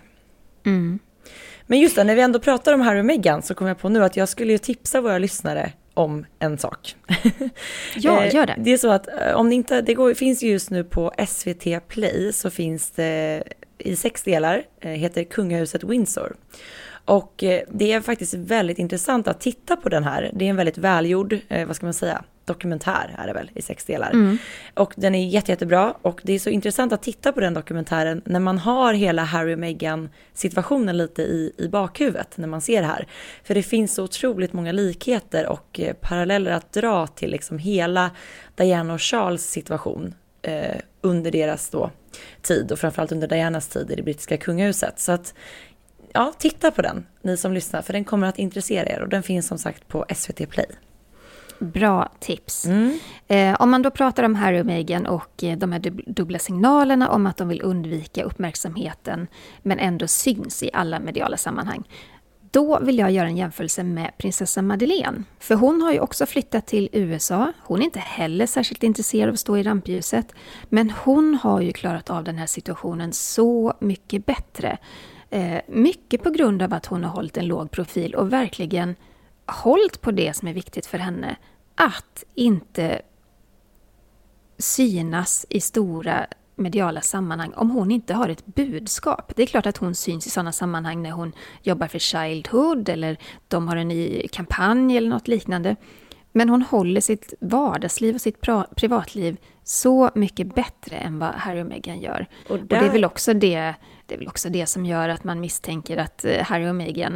Men just det, när vi ändå pratar om Harry och Meghan så kommer jag på nu att jag skulle ju tipsa våra lyssnare om en sak. Ja, gör det. Det är så att om det inte, finns ju just nu på SVT Play, så finns det i 6 delar, heter Kungahuset Windsor. Och det är faktiskt väldigt intressant att titta på den här. Det är en väldigt välgjord, dokumentär är det väl, i 6 delar. Och den är jättebra, och det är så intressant att titta på den dokumentären när man har hela Harry och Meghan situationen lite i bakhuvudet när man ser det här. För det finns så otroligt många likheter och paralleller att dra till liksom hela Diana och Charles situation under deras då tid, och framförallt under Dianas tid i det brittiska kungahuset. Så att ja, titta på den, ni som lyssnar, för den kommer att intressera er, och den finns som sagt på SVT Play. Bra tips. Om man då pratar om Harry och Meghan och de här dubbla signalerna om att de vill undvika uppmärksamheten men ändå syns i alla mediala sammanhang, då vill jag göra en jämförelse med prinsessa Madeleine. För hon har ju också flyttat till USA. Hon är inte heller särskilt intresserad av att stå i rampljuset, men hon har ju klarat av den här situationen så mycket bättre. Mycket på grund av att hon har hållit en låg profil och verkligen hållit på det som är viktigt för henne. Att inte synas i stora mediala sammanhang om hon inte har ett budskap. Det är klart att hon syns i sådana sammanhang när hon jobbar för Childhood eller de har en ny kampanj eller något liknande. Men hon håller sitt vardagsliv och sitt privatliv så mycket bättre än vad Harry och Meghan gör. Och det är väl också det som gör att man misstänker att Harry och Meghan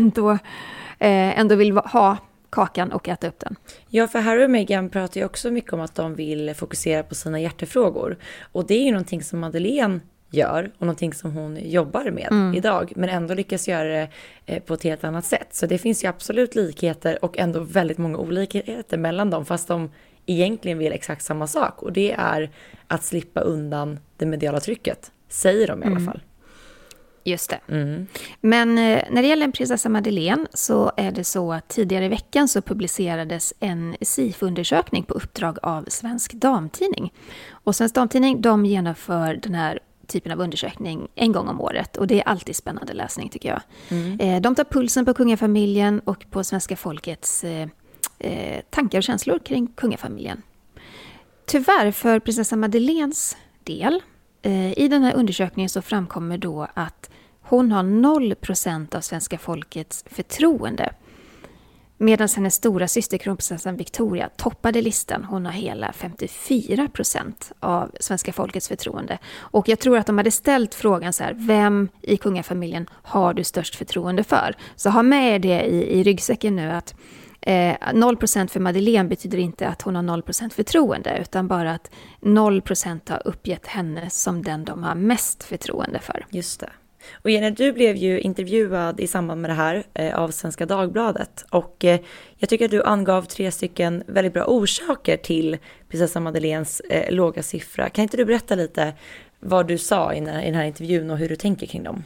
ändå vill ha kakan och äta upp den. Ja, för Harry och Meghan pratar ju också mycket om att de vill fokusera på sina hjärtefrågor. Och det är ju någonting som Madeleine gör och någonting som hon jobbar med idag. Men ändå lyckas göra det på ett helt annat sätt. Så det finns ju absolut likheter och ändå väldigt många olikheter mellan dem. Fast de egentligen vill exakt samma sak. Och det är att slippa undan det mediala trycket. Säger de i alla fall. Just det. Men när det gäller en prinsessa Madeleine så är det så att tidigare i veckan så publicerades en SIFO-undersökning på uppdrag av Svensk Damtidning. Och Svensk Damtidning, de genomför den här typen av undersökning en gång om året. Och det är alltid spännande läsning tycker jag. De tar pulsen på kungafamiljen och på svenska folkets tankar och känslor kring kungafamiljen. Tyvärr för prinsessa Madeleines del, i den här undersökningen så framkommer då att hon har 0% av svenska folkets förtroende. Medan hennes stora syster kronprinsessan Victoria toppade listan. Hon har hela 54% av svenska folkets förtroende. Och jag tror att de hade ställt frågan så här: vem i kungafamiljen har du störst förtroende för? Så ha med det i ryggsäcken nu att 0% för Madeleine betyder inte att hon har 0% förtroende, utan bara att 0% har uppgett henne som den de har mest förtroende för. Just det. Och Jenny, du blev ju intervjuad i samband med det här av Svenska Dagbladet. Och jag tycker att du angav 3 stycken väldigt bra orsaker till prinsessa Madeleines låga siffra. Kan inte du berätta lite vad du sa i den här intervjun och hur du tänker kring dem?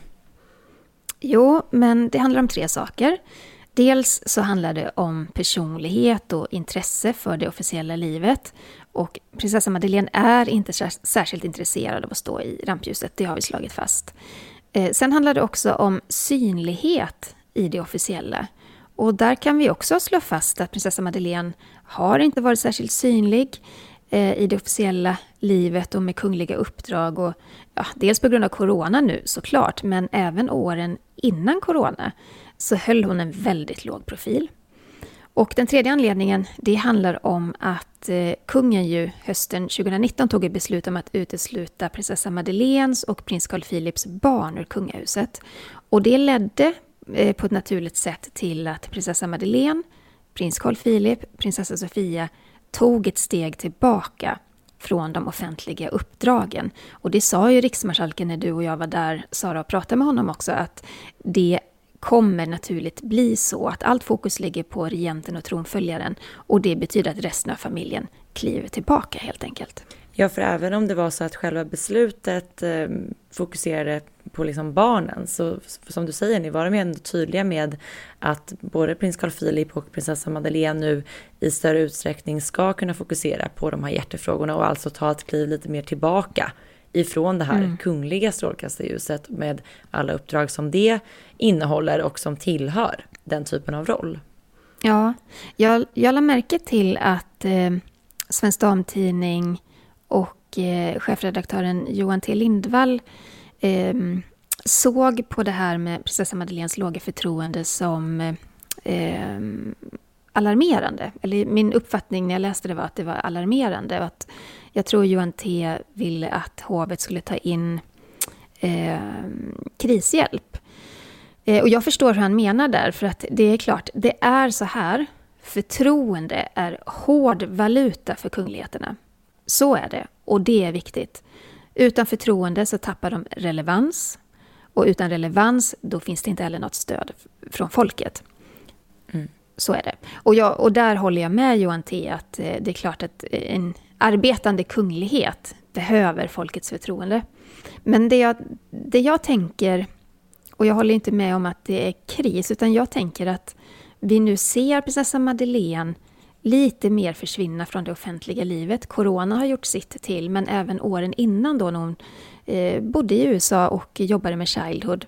Jo, men det handlar om 3 saker. Dels så handlar det om personlighet och intresse för det officiella livet. Och prinsessa Madeleine är inte särskilt intresserad av att stå i rampljuset, det har vi slagit fast. Sen handlar det också om synlighet i det officiella. Och där kan vi också slå fast att prinsessa Madeleine har inte varit särskilt synlig i det officiella livet och med kungliga uppdrag. Och, dels på grund av corona nu såklart, men även åren innan corona så höll hon en väldigt låg profil. Och den tredje anledningen, det handlar om att kungen ju hösten 2019 tog ett beslut om att utesluta prinsessa Madeleines och prins Carl Philips barn ur kungahuset. Och det ledde på ett naturligt sätt till att prinsessa Madeleine, prins Carl Philip, prinsessa Sofia tog ett steg tillbaka från de offentliga uppdragen. Och det sa ju riksmarskalken när du och jag var där, Sara, och pratade med honom också, att det kommer naturligt bli så att allt fokus ligger på regenten och tronföljaren, och det betyder att resten av familjen kliver tillbaka helt enkelt. Ja, för även om det var så att själva beslutet fokuserade på liksom barnen, så som du säger, ni var ändå tydliga med att både prins Carl Philip och prinsessa Madeleine nu i större utsträckning ska kunna fokusera på de här hjärtefrågorna och alltså ta ett kliv lite mer tillbaka ifrån det här kungliga strålkastarljuset med alla uppdrag som det innehåller och som tillhör den typen av roll. Ja, jag lade märke till att Svensk Damtidning och chefredaktören Johan T. Lindvall såg på det här med prinsessa Madeleines låga förtroende som alarmerande. Eller min uppfattning när jag läste det var att det var alarmerande. Att jag tror Johan T. ville att hovet skulle ta in krishjälp. Och jag förstår hur han menar där, för att det är klart, det är så här. Förtroende är hård valuta för kungligheterna. Så är det, och det är viktigt. Utan förtroende så tappar de relevans, och utan relevans då finns det inte heller något stöd från folket. Så är det. Och där håller jag med Johan T. att det är klart att en arbetande kunglighet behöver folkets förtroende. Men det jag tänker, och jag håller inte med om att det är kris, utan jag tänker att vi nu ser prinsessa Madeleine lite mer försvinna från det offentliga livet. Corona har gjort sitt till, men även åren innan då när hon bodde i USA och jobbade med Childhood.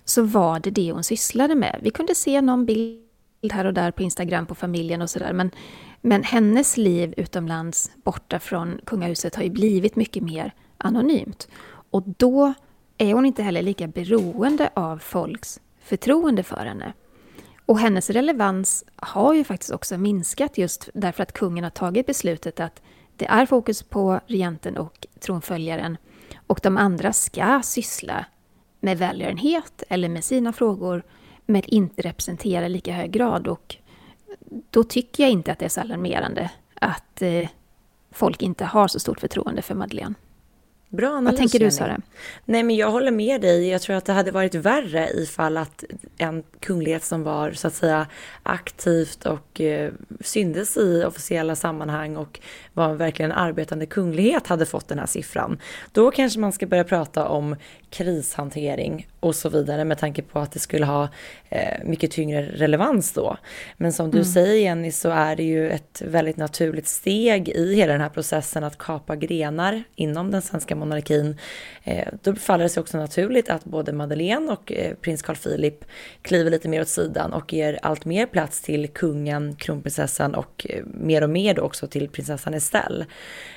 så var det hon sysslade med. Vi kunde se någon bild här och där på Instagram på familjen och sådär. Men hennes liv utomlands borta från kungahuset har ju blivit mycket mer anonymt. Och då är hon inte heller lika beroende av folks förtroende för henne. Och hennes relevans har ju faktiskt också minskat just därför att kungen har tagit beslutet att det är fokus på regenten och tronföljaren. Och de andra ska syssla med välgörenhet eller med sina frågor, men inte representera lika hög grad. Och då tycker jag inte att det är så alarmerande att folk inte har så stort förtroende för Madeleine. Bra analys. Vad tänker du, Sara? Nej, men jag håller med dig. Jag tror att det hade varit värre ifall att en kunglighet som var så att säga aktivt och syndes i officiella sammanhang och var verkligen en arbetande kunglighet hade fått den här siffran. Då kanske man ska börja prata om krishantering och så vidare med tanke på att det skulle ha mycket tyngre relevans då. Men som du säger, Jenny, så är det ju ett väldigt naturligt steg i hela den här processen att kapa grenar inom den svenska monarkin. Då faller det sig också naturligt att både Madeleine och prins Carl Philip kliver lite mer åt sidan och ger allt mer plats till kungen, kronprinsessan och mer då också till prinsessan Estelle.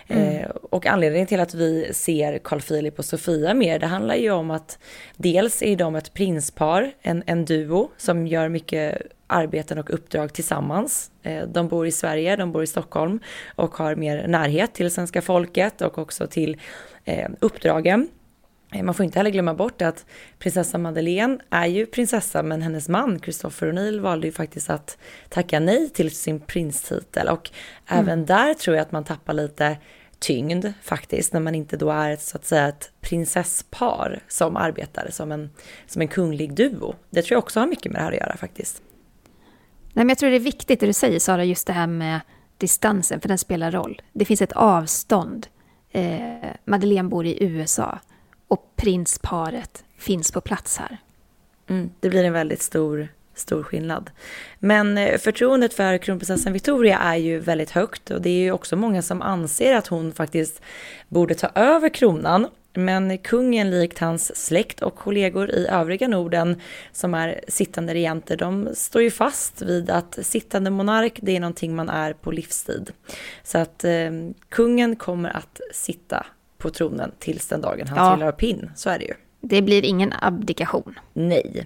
Och anledningen till att vi ser Carl Philip och Sofia mer, det handlar ju om att dels är de ett prinspar, en duo som gör mycket arbeten och uppdrag tillsammans. De bor i Sverige, de bor i Stockholm och har mer närhet till svenska folket och också till uppdragen. Man får inte heller glömma bort att prinsessa Madeleine är ju prinsessa, men hennes man Christopher O'Neill valde ju faktiskt att tacka nej till sin prinstitel, och även där tror jag att man tappar lite tyngd faktiskt när man inte då är ett, så att säga, ett prinsesspar som arbetar som en kunglig duo. Det tror jag också har mycket med det här att göra faktiskt. Nej, men jag tror det är viktigt det du säger, Sara, just det här med distansen, för den spelar roll. Det finns ett avstånd. Madeleine bor i USA och prinsparet finns på plats här. Det blir en väldigt stor skillnad. Men förtroendet för kronprinsessan Victoria är ju väldigt högt, och det är ju också många som anser att hon faktiskt borde ta över kronan. Men kungen, likt hans släkt och kollegor i övriga Norden som är sittande regenter, de står ju fast vid att sittande monark, det är någonting man är på livstid. Så att kungen kommer att sitta på tronen tills den dagen han trillar av pinn, så är det ju. Det blir ingen abdikation. Nej.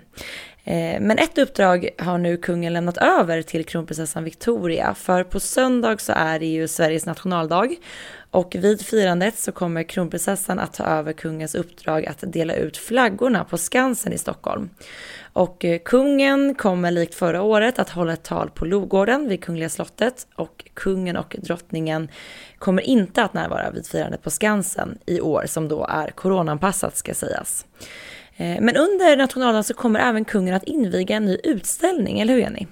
Men ett uppdrag har nu kungen lämnat över till kronprinsessan Victoria, för på söndag så är det ju Sveriges nationaldag, och vid firandet så kommer kronprinsessan att ta över kungens uppdrag att dela ut flaggorna på Skansen i Stockholm. Och kungen kommer likt förra året att hålla ett tal på Logården vid Kungliga slottet, och kungen och drottningen kommer inte att närvara vid firandet på Skansen i år, som då är coronaanpassat ska sägas. Men under nationaldagen så kommer även kungen att inviga en ny utställning, eller hur Jenny?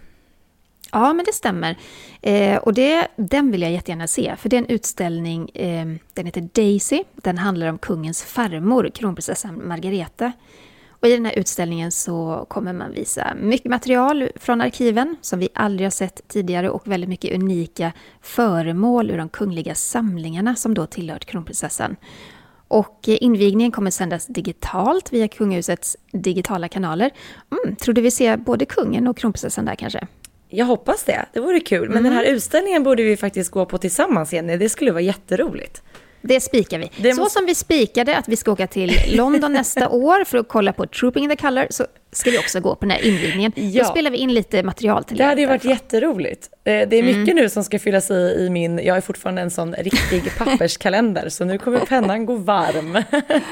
Ja, men det stämmer. Och den vill jag jättegärna se, för det är en utställning, den heter Daisy. Den handlar om kungens farmor, kronprinsessan Margareta. Och i den här utställningen så kommer man visa mycket material från arkiven som vi aldrig har sett tidigare, och väldigt mycket unika föremål ur de kungliga samlingarna som då tillhört kronprinsessan. Och invigningen kommer sändas digitalt via kungahusets digitala kanaler. Tror du vi ser både kungen och kronprinsessan där kanske? Jag hoppas det. Det vore kul. Men den här utställningen borde vi faktiskt gå på tillsammans, Jenny. Det skulle vara jätteroligt. Det spikar vi. Så som vi spikade att vi ska åka till London nästa år för att kolla på Trooping in the Colour, så ska vi också gå på den här invigningen. Då spelar vi in lite material till det. Det hade ju varit jätteroligt. Det är mycket nu som ska fyllas i min... Jag är fortfarande en sån riktig papperskalender, så nu kommer pennan gå varm.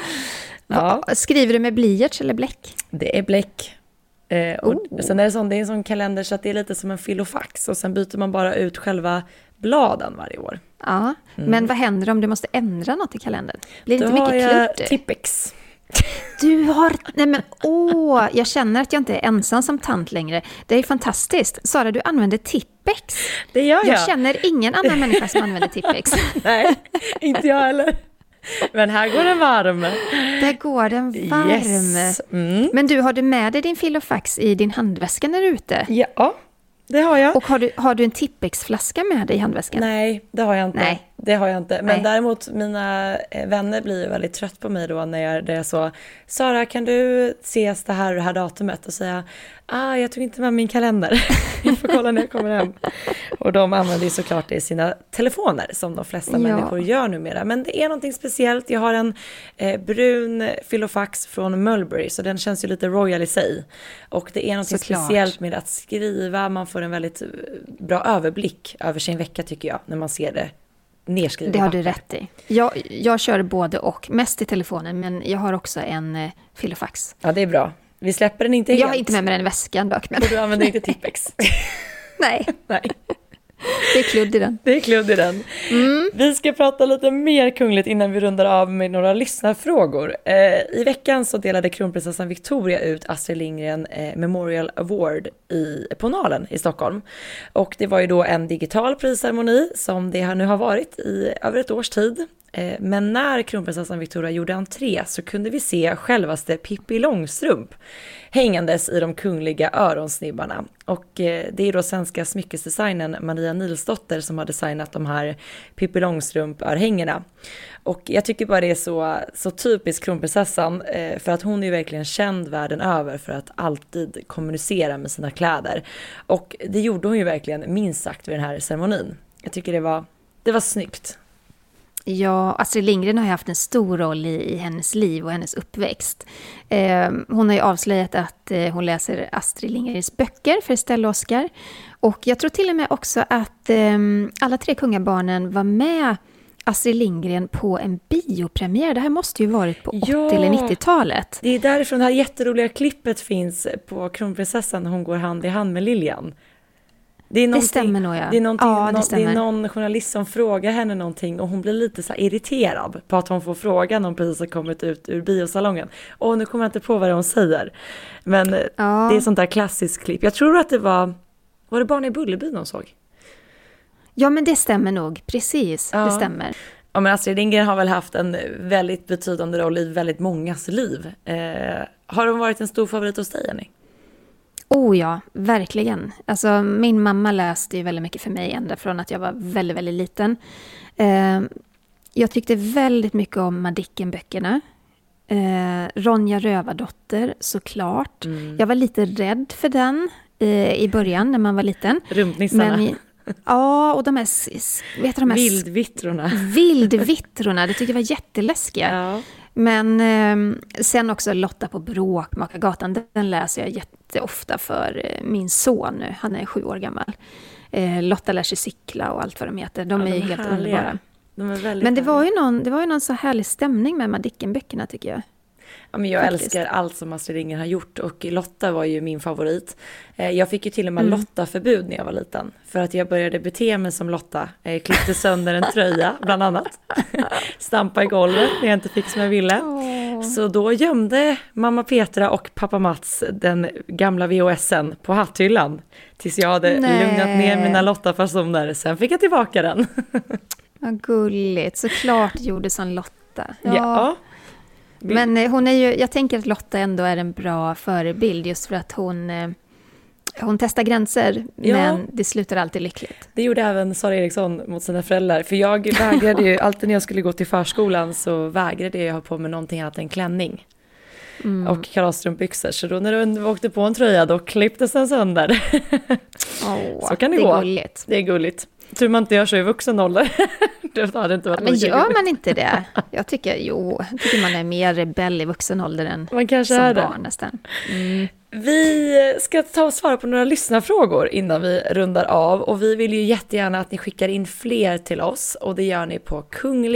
Skriver du med blyerts eller bläck? Det är bläck. Och sen är det en sån kalender så att det är lite som en filofax, och sen byter man bara ut själva bladen varje år. Ja, men vad händer om du måste ändra något i kalendern? Blir det inte mycket klutt? Tippex. Du har... Nej men jag känner att jag inte är ensam som tant längre. Det är fantastiskt. Sara, du använder Tippex. Det gör jag. Jag känner ingen annan människa som använder Tippex. Nej, inte jag heller. Men här går den varm. Där går den varm. Yes. Men du, har du med dig din filofax i din handväska när du är ute? Ja, det har jag. Och har du en Tippex-flaska med dig i handväskan? Nej, det har jag inte. Nej. Det har jag inte. Men Nej. däremot mina vänner blir ju väldigt trött på mig då när det är så: Sara, kan du ses det här datumet? Och säga, jag tog inte med min kalender. Jag får kolla när jag kommer hem. Och de använder ju såklart det i sina telefoner, som de flesta människor gör numera. Men det är någonting speciellt. Jag har en brun Filofax från Mulberry, så den känns ju lite royal i sig. Och det är någonting speciellt med att skriva. Man får en väldigt bra överblick över sin vecka, tycker jag, när man ser det nedskrivet. Det har du rätt i. Jag kör både och, mest i telefonen, men jag har också en Filofax. Ja, det är bra. Vi släpper den inte helt. Jag har inte med mig den i väskan dock. Men... Och du använder inte Tippex. Nej. Nej. Det är kludd i den. Det är kludd i den. Vi ska prata lite mer kungligt innan vi rundar av med några lyssnarfrågor. I veckan så delade kronprinsessan Victoria ut Astrid Lindgren Memorial Award på Nalen i Stockholm. Och det var ju då en digital prisceremoni som det nu har varit i över ett års tid. Men när kronprinsessan Victoria gjorde entré så kunde vi se självaste Pippi Långstrump hängandes i de kungliga öronsnibbarna. Och det är då svenska smyckesdesignen Maria Nilsdotter som har designat de här Pippi Långstrump-örhängena. Och jag tycker bara det är så typiskt kronprinsessan, för att hon är ju verkligen känd världen över för att alltid kommunicera med sina kläder. Och det gjorde hon ju verkligen minst sagt vid den här ceremonin. Jag tycker det var snyggt. Ja, Astrid Lindgren har ju haft en stor roll i hennes liv och hennes uppväxt. Hon har ju avslöjat att hon läser Astrid Lindgrens böcker för Stella Oscar. Och jag tror till och med också att alla 3 kungabarnen var med Astrid Lindgren på en biopremiär. Det här måste ju varit på 80- eller 90-talet. Det är därifrån det här jätteroliga klippet finns på kronprinsessan när hon går hand i hand med Lilian. Det stämmer nog, ja. Det är någon journalist som frågar henne någonting och hon blir lite så här irriterad på att hon får frågan om precis har kommit ut ur biosalongen. Nu kommer jag inte på vad hon säger. Men det är sånt där klassiskt klipp. Jag tror att det var det Barn i Bullerbyn hon såg? Ja, men det stämmer nog. Precis, det stämmer. Ja, men Astrid Lindgren har väl haft en väldigt betydande roll i väldigt mångas liv. Har hon varit en stor favorit hos dig, Jenny? Oh ja, verkligen. Alltså, min mamma läste ju väldigt mycket för mig ända från att jag var väldigt, väldigt liten. Jag tyckte väldigt mycket om Madicken-böckerna. Ronja Rövardotter, såklart. Jag var lite rädd för den i början när man var liten. Rumpnissarna. Ja, och de här Vildvittrorna. Vildvittrorna, det tyckte jag var jätteläskiga. Ja. Men sen också Lotta på Bråkmakargatan, den läser jag jätteofta för min son nu. Han är 7 år gammal. Lotta lär sig cykla och allt vad de heter. De är ju helt underbara. De är väldigt men det var ju någon så härlig stämning med Madicken-böckerna, tycker jag. Ja, men jag älskar allt som Astrid Lindgren har gjort och Lotta var ju min favorit. Jag fick ju till och med Lotta-förbud när jag var liten. För att jag började bete mig som Lotta. Klippte sönder en tröja, bland annat. Stampa i golvet när jag inte fick som jag ville. Så då gömde mamma Petra och pappa Mats den gamla VHSen på hatthyllan. Tills jag hade lugnat ner mina Lotta-fasoner. Sen fick jag tillbaka den. Vad gulligt. Såklart gjorde som Lotta. Ja. Men hon är ju, jag tänker att Lotta ändå är en bra förebild just för att hon testar gränser, men det slutar alltid lyckligt. Det gjorde även Sara Eriksson mot sina föräldrar. För jag vägrade ju, alltid när jag skulle gå till förskolan så vägrade jag ha på mig någonting annat än klänning. Och kalasstrumpbyxor. Så då när du åkte på en tröja då klipptes den sönder. Så kan det gå. Gulligt. Det är gulligt. Tror man inte gör så i vuxen ålder. Det hade inte varit men gör man inte det? Jag tycker man är mer rebell i vuxen ålder än man kanske som är det. barn nästan. Vi ska ta och svara på några lyssnarfrågor innan vi rundar av. Och vi vill ju jättegärna att ni skickar in fler till oss. Och det gör ni på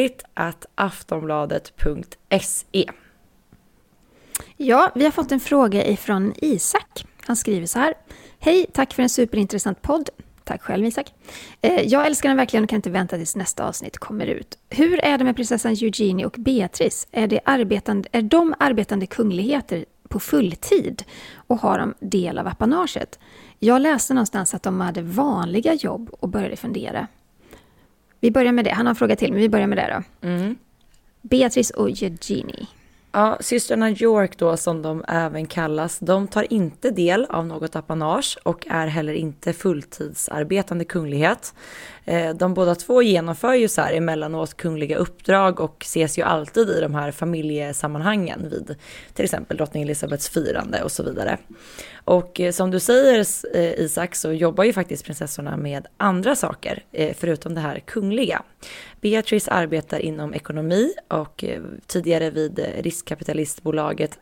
kungligt@aftonbladet.se. Ja, vi har fått en fråga ifrån Isak. Han skriver så här. Hej, tack för en superintressant podd. Tack själv, Isak. Jag älskar den verkligen och kan inte vänta tills nästa avsnitt kommer ut. Hur är det med prinsessan Eugenie och Beatrice? Är de arbetande kungligheter på fulltid och har de del av apanaget? Jag läste någonstans att de hade vanliga jobb och började fundera. Vi börjar med det. Han har en fråga till, men vi börjar med det då. Beatrice och Eugenie. Ja, systrarna York då, som de även kallas, de tar inte del av något apanage och är heller inte fulltidsarbetande kunglighet. De båda två genomför ju så här emellanåt kungliga uppdrag och ses ju alltid i de här familjesammanhangen vid till exempel drottning Elizabeths firande och så vidare. Och som du säger, Isak, så jobbar ju faktiskt prinsessorna med andra saker förutom det här kungliga. Beatrice arbetar inom ekonomi och tidigare vid riskkapitalistbolaget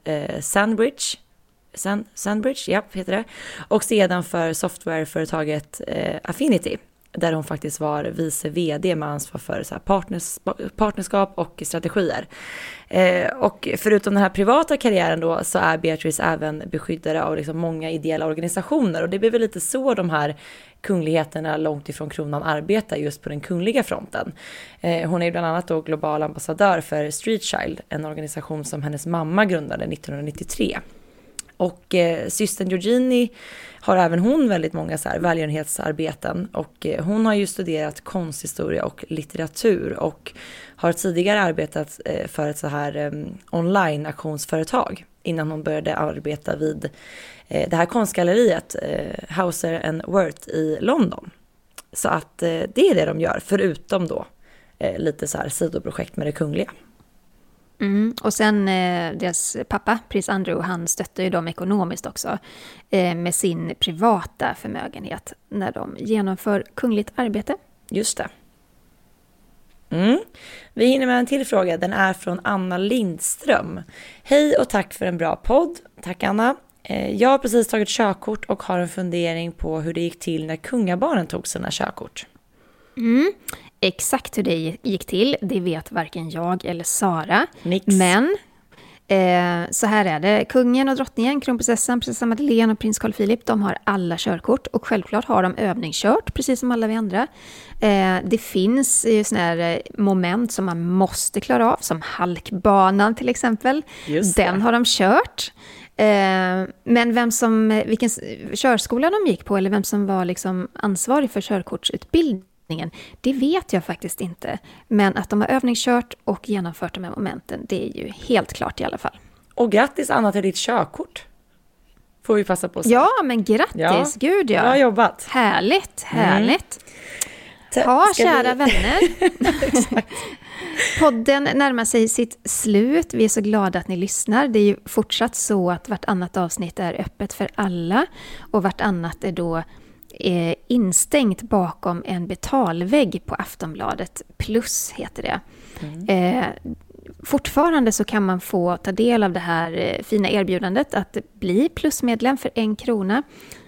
Sandbridge, ja, heter det. Och sedan för softwareföretaget Affinity, där hon faktiskt var vice vd med ansvar för så här partnerskap och strategier. Och förutom den här privata karriären då, så är Beatrice även beskyddare av liksom många ideella organisationer. Och det blir väl lite så de här kungligheterna långt ifrån kronan arbetar just på den kungliga fronten. Hon är ju bland annat då global ambassadör för Street Child, en organisation som hennes mamma grundade 1993. Och systern Eugenie har även hon väldigt många så här välgörenhetsarbeten, och hon har ju studerat konsthistoria och litteratur och har tidigare arbetat för ett så här online-auktionsföretag innan hon började arbeta vid det här konstgalleriet Hauser & Wirth i London. Så att det är det de gör, förutom då lite så här sidoprojekt med det kungliga. Och sen deras pappa, prins Andrew, han stöttar ju dem ekonomiskt också med sin privata förmögenhet när de genomför kungligt arbete. Just det. Vi hinner med en till fråga. Den är från Anna Lindström. Hej och tack för en bra podd. Tack Anna. Jag har precis tagit körkort och har en fundering på hur det gick till när kungabarnen tog sina körkort. Exakt hur det gick till, det vet varken jag eller Sara. Nix. Men så här är det. Kungen och drottningen, kronprinsessan, prinsessan Madeleine och prins Carl Philip, de har alla körkort. Och självklart har de övningskört, precis som alla vi andra. Det finns ju såna här moment som man måste klara av, som halkbanan till exempel. Den har de kört. Men vilken körskola de gick på, eller vem som var liksom ansvarig för körkortsutbildning, det vet jag faktiskt inte. Men att de har övningskört och genomfört de här momenten, det är ju helt klart i alla fall. Och grattis Anna till ditt körkort. Får vi passa på så. Ja, men grattis. Gud ja. Bra jobbat. Härligt. Ja, kära vänner. Podden närmar sig sitt slut. Vi är så glada att ni lyssnar. Det är ju fortsatt så att vartannat avsnitt är öppet för alla. Och vartannat är då instängt bakom en betalvägg på Aftonbladet Plus, heter det. Fortfarande så kan man få ta del av det här fina erbjudandet att bli plusmedlem för 1 krona.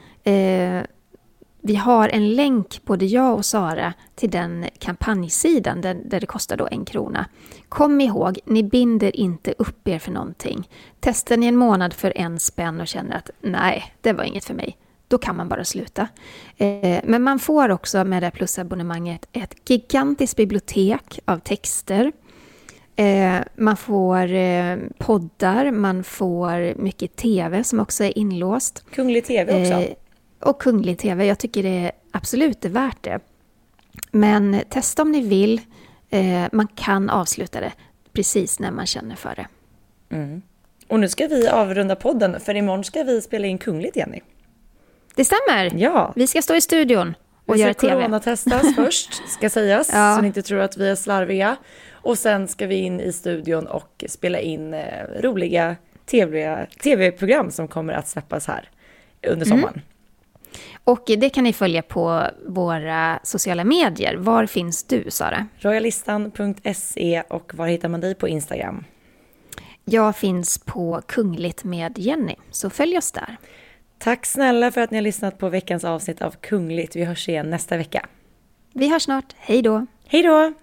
Vi har en länk, både jag och Sara, till den kampanjsidan där det kostar då 1 krona. Kom ihåg, ni binder inte upp er för någonting. Testar ni en månad för 1 spänn och känner att nej, det var inget för mig, då kan man bara sluta. Men man får också med det här plusabonnemanget ett gigantiskt bibliotek av texter. Man får poddar, man får mycket tv som också är inlåst. Kunglig tv också. Och kunglig tv, jag tycker det är absolut värt det. Men testa om ni vill. Man kan avsluta det precis när man känner för det. Och nu ska vi avrunda podden, för imorgon ska vi spela in kungligt, Jenny. Det stämmer. Ja. Vi ska stå i studion och göra tv. Coronatestas först, ska sägas, så ni inte tror att vi är slarviga. Och sen ska vi in i studion och spela in roliga tv-program som kommer att släppas här under sommaren. Och det kan ni följa på våra sociala medier. Var finns du, Sara? Royalistan.se, och var hittar man dig på Instagram? Jag finns på Kungligt med Jenny, så följ oss där. Tack snälla för att ni har lyssnat på veckans avsnitt av Kungligt. Vi hörs igen nästa vecka. Vi hörs snart. Hej då! Hej då!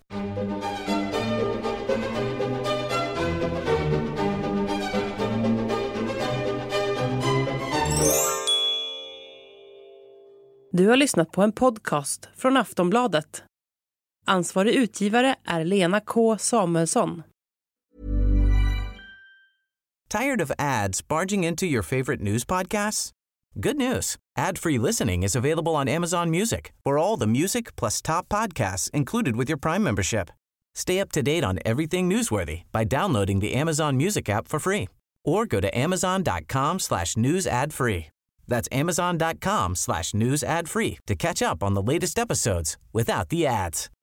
Du har lyssnat på en podcast från Aftonbladet. Ansvarig utgivare är Lena K. Samuelsson. Tired of ads barging into your favorite news podcasts? Good news. Ad-free listening is available on Amazon Music for all the music plus top podcasts included with your Prime membership. Stay up to date on everything newsworthy by downloading the Amazon Music app for free or go to amazon.com/news ad free. That's amazon.com/news ad free to catch up on the latest episodes without the ads.